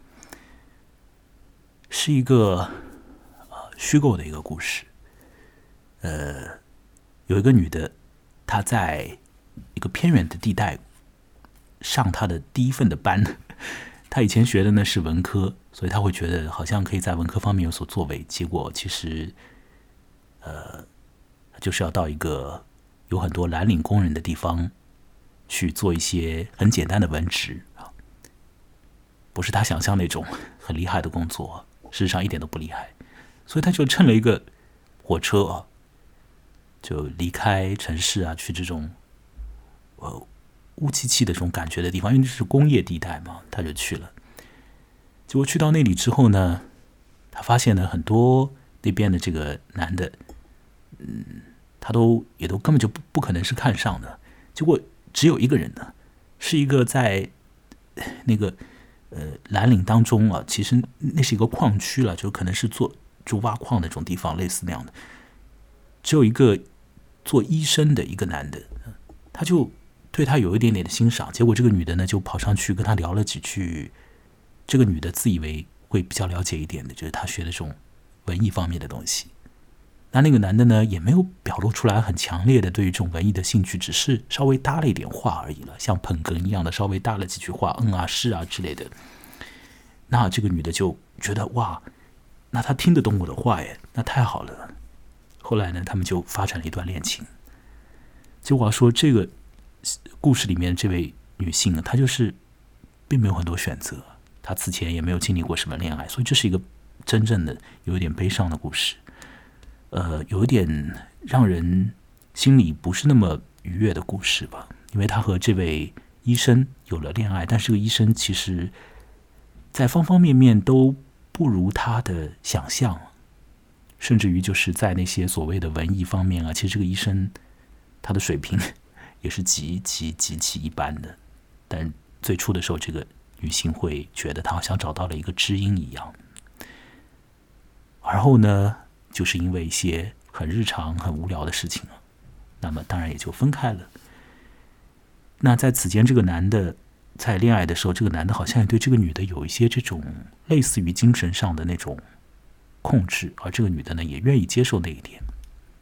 是一个呃虚构的一个故事。呃，有一个女的，她在一个偏远的地带上她的第一份的班。他以前学的呢是文科，所以他会觉得好像可以在文科方面有所作为。结果其实，呃，就是要到一个有很多蓝领工人的地方去做一些很简单的文职啊，不是他想象那种很厉害的工作，事实上一点都不厉害。所以他就乘了一个火车啊，就离开城市啊，去这种呃。乌漆漆的这种感觉的地方，因为这是工业地带嘛，他就去了。结果去到那里之后呢，他发现了很多那边的这个男的，嗯，他都也都根本就不不可能是看上的。结果只有一个人呢，是一个在那个呃蓝领当中啊，其实那是一个矿区了，就可能是做就挖矿的这种地方，类似那样的。只有一个做医生的一个男的，他就对他有一点点的欣赏，结果这个女的呢就跑上去跟他聊了几句。这个女的自以为会比较了解一点的，就是她学的这种文艺方面的东西。那那个男的呢也没有表露出来很强烈的对于这种文艺的兴趣，只是稍微搭了一点话而已了，像捧哏一样的稍微搭了几句话，嗯啊是啊之类的。那这个女的就觉得哇，那她听得懂我的话耶，那太好了。后来呢，他们就发展了一段恋情。就我要说这个故事里面这位女性呢，她就是并没有很多选择，她此前也没有经历过什么恋爱，所以这是一个真正的有一点悲伤的故事，呃，有一点让人心里不是那么愉悦的故事吧。因为她和这位医生有了恋爱，但是这个医生其实在方方面面都不如她的想象，甚至于就是在那些所谓的文艺方面啊，其实这个医生他的水平也是极其极其一般的。但最初的时候，这个女性会觉得她好像找到了一个知音一样。而后呢，就是因为一些很日常很无聊的事情，那么当然也就分开了。那在此间，这个男的在恋爱的时候，这个男的好像也对这个女的有一些这种类似于精神上的那种控制，而这个女的呢也愿意接受那一点。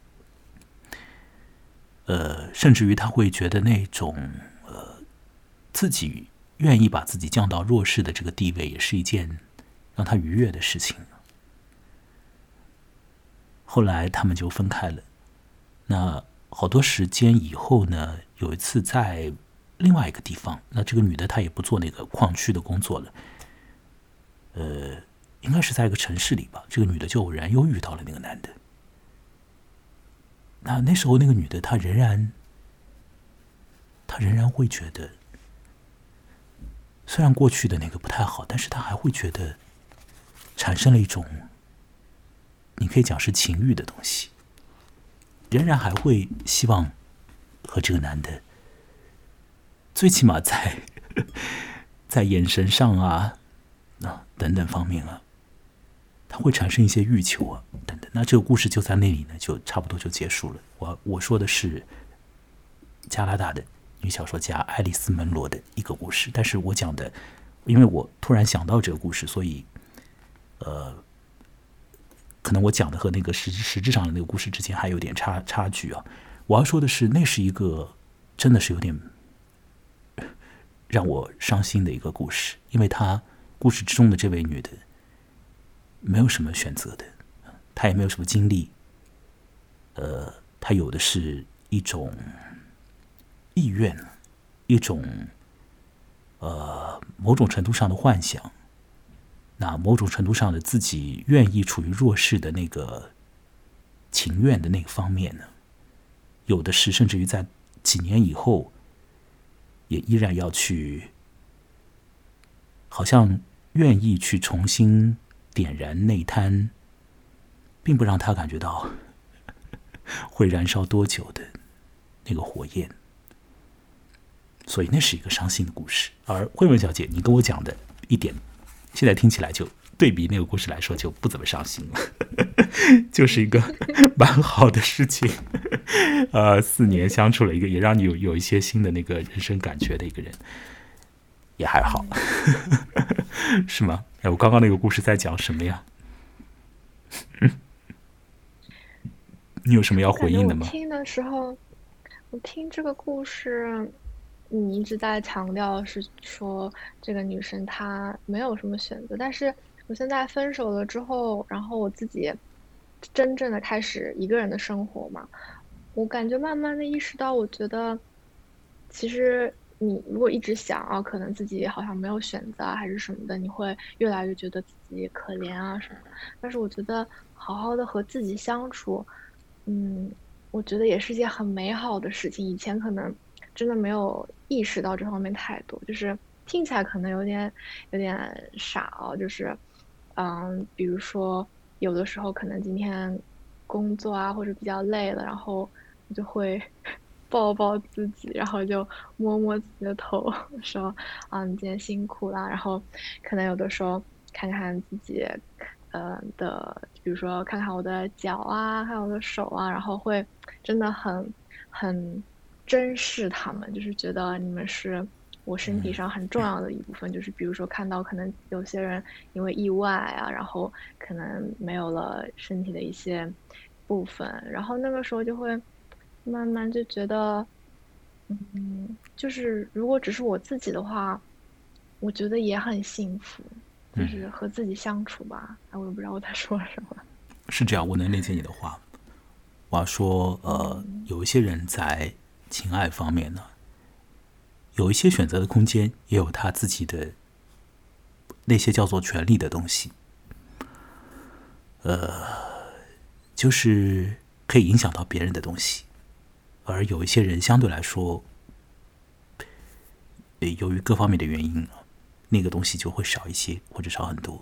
呃，甚至于他会觉得那种呃自己愿意把自己降到弱势的这个地位，也是一件让他愉悦的事情。后来他们就分开了。那好多时间以后呢，有一次在另外一个地方，那这个女的她也不做那个矿区的工作了，呃，应该是在一个城市里吧。这个女的就偶然又遇到了那个男的。那那时候那个女的她仍然他仍然会觉得，虽然过去的那个不太好，但是他还会觉得产生了一种，你可以讲是情欲的东西，仍然还会希望和这个男的，最起码在在眼神上啊，啊等等方面啊，他会产生一些欲求啊等等。那这个故事就在那里呢，就差不多就结束了。我我说的是加拿大的女小说家爱丽丝·门罗的一个故事，但是我讲的，因为我突然想到这个故事，所以呃，可能我讲的和那个实实质上的那个故事之间还有点差差距啊。我要说的是，那是一个真的是有点让我伤心的一个故事，因为她故事之中的这位女的没有什么选择的，她也没有什么经历，呃，她有的是一种意愿，一种呃某种程度上的幻想，那某种程度上的自己愿意处于弱势的那个情愿的那个方面呢，有的是甚至于在几年以后也依然要去，好像愿意去重新点燃内滩，并不让他感觉到会燃烧多久的那个火焰。所以那是一个伤心的故事。而慧文小姐，你跟我讲的一点，现在听起来就对比那个故事来说就不怎么伤心了，就是一个蛮好的事情。呃，四年相处了一个，也让你有有一些新的那个人生感觉的一个人，也还好，是吗？哎，我刚刚那个故事在讲什么呀？你有什么要回应的吗？ 我听的时候，我听这个故事，你一直在强调是说这个女生她没有什么选择，但是我现在分手了之后，然后我自己真正的开始一个人的生活嘛，我感觉慢慢的意识到，我觉得其实你如果一直想啊，可能自己好像没有选择啊，还是什么的，你会越来越觉得自己可怜啊什么的。但是我觉得好好的和自己相处，嗯，我觉得也是一件很美好的事情。以前可能真的没有意识到这方面太多，就是听起来可能有点有点傻哦，就是嗯，比如说有的时候可能今天工作啊或者比较累了，然后我就会抱抱自己，然后就摸摸自己的头，说啊你今天辛苦啦，然后可能有的时候看看自己。呃的，比如说看看我的脚啊，看我的手啊，然后会真的很很珍视他们，就是觉得你们是我身体上很重要的一部分。就是比如说看到可能有些人因为意外啊，然后可能没有了身体的一些部分，然后那个时候就会慢慢就觉得，嗯，就是如果只是我自己的话，我觉得也很幸福。就是和自己相处吧，哎，我也不知道我在说什么。 是这样，我能理解你的话。我要说，呃，有一些人在情爱方面呢，有一些选择的空间，也有他自己的那些叫做权利的东西，呃，就是可以影响到别人的东西。而有一些人相对来说，由于各方面的原因，那个东西就会少一些，或者少很多。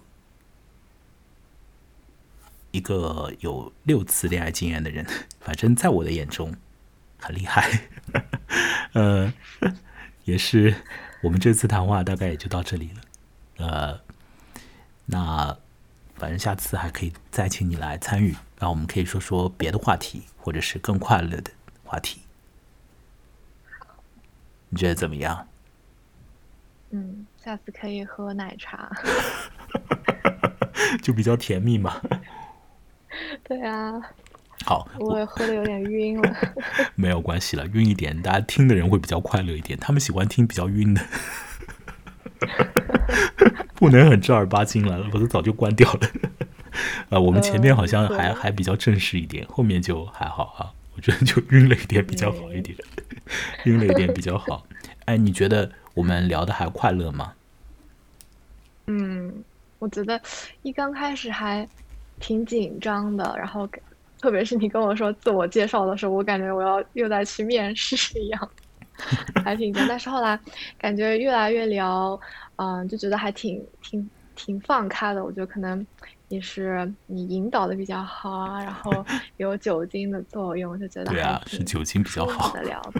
一个有六次恋爱经验的人，反正在我的眼中很厉害。呃，也是我们这次谈话大概也就到这里了。呃，那反正下次还可以再请你来参与，然后我们可以说说别的话题，或者是更快乐的话题。你觉得怎么样？ 嗯，下次可以喝奶茶。 就比较甜蜜嘛。 对啊。 好， 我也喝的有点晕了。 没有关系了，晕一点，大家听的人会比较快乐一点，他们喜欢听比较晕的。不能很正儿八经了，我都早就关掉了。呃，我们前面好像还、呃、还比较正式一点，后面就还好啊。我觉得就晕了一点比较好一点，晕了一点比较好。哎，你觉得我们聊的还快乐吗？ 嗯，我觉得一刚开始还挺紧张的，然后特别是你跟我说自我介绍的时候，我感觉我要又在去面试一样。 还挺僵。但是后来感觉越来越聊，嗯，就觉得还挺挺挺放开的。我觉得可能也是你引导的比较好啊，然后有酒精的作用，就觉得对啊，是还挺酒精比较舒服好。 的聊的。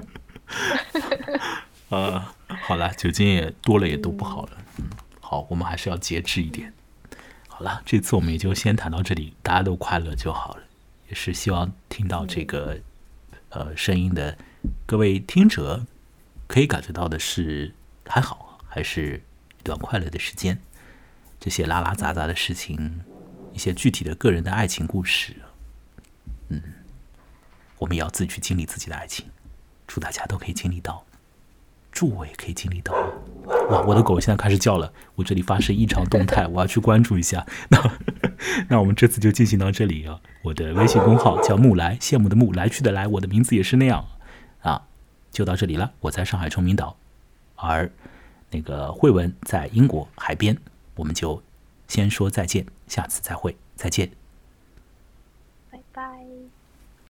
呃，好了，酒精也多了也都不好嗯了。嗯，好，我们还是要节制一点。好了，这次我们也就先谈到这里，大家都快乐就好了。也是希望听到这个、呃声音的各位听者，可以感觉到的是还好，还是一段快乐的时间。这些拉拉杂杂的事情，一些具体的个人的爱情故事，嗯，我们也要自己去经历自己的爱情。祝大家都可以经历到，祝我也可以经历到。哇，我的狗现在开始叫了，我这里发生异常动态，我要去关注一下。那那我们这次就进行到这里啊。我的微信公号叫木来，羡慕的木，来去的来，我的名字也是那样啊。就到这里了，我在上海崇明岛，而那个慧文在英国海边，我们就先说再见，下次再会，再见。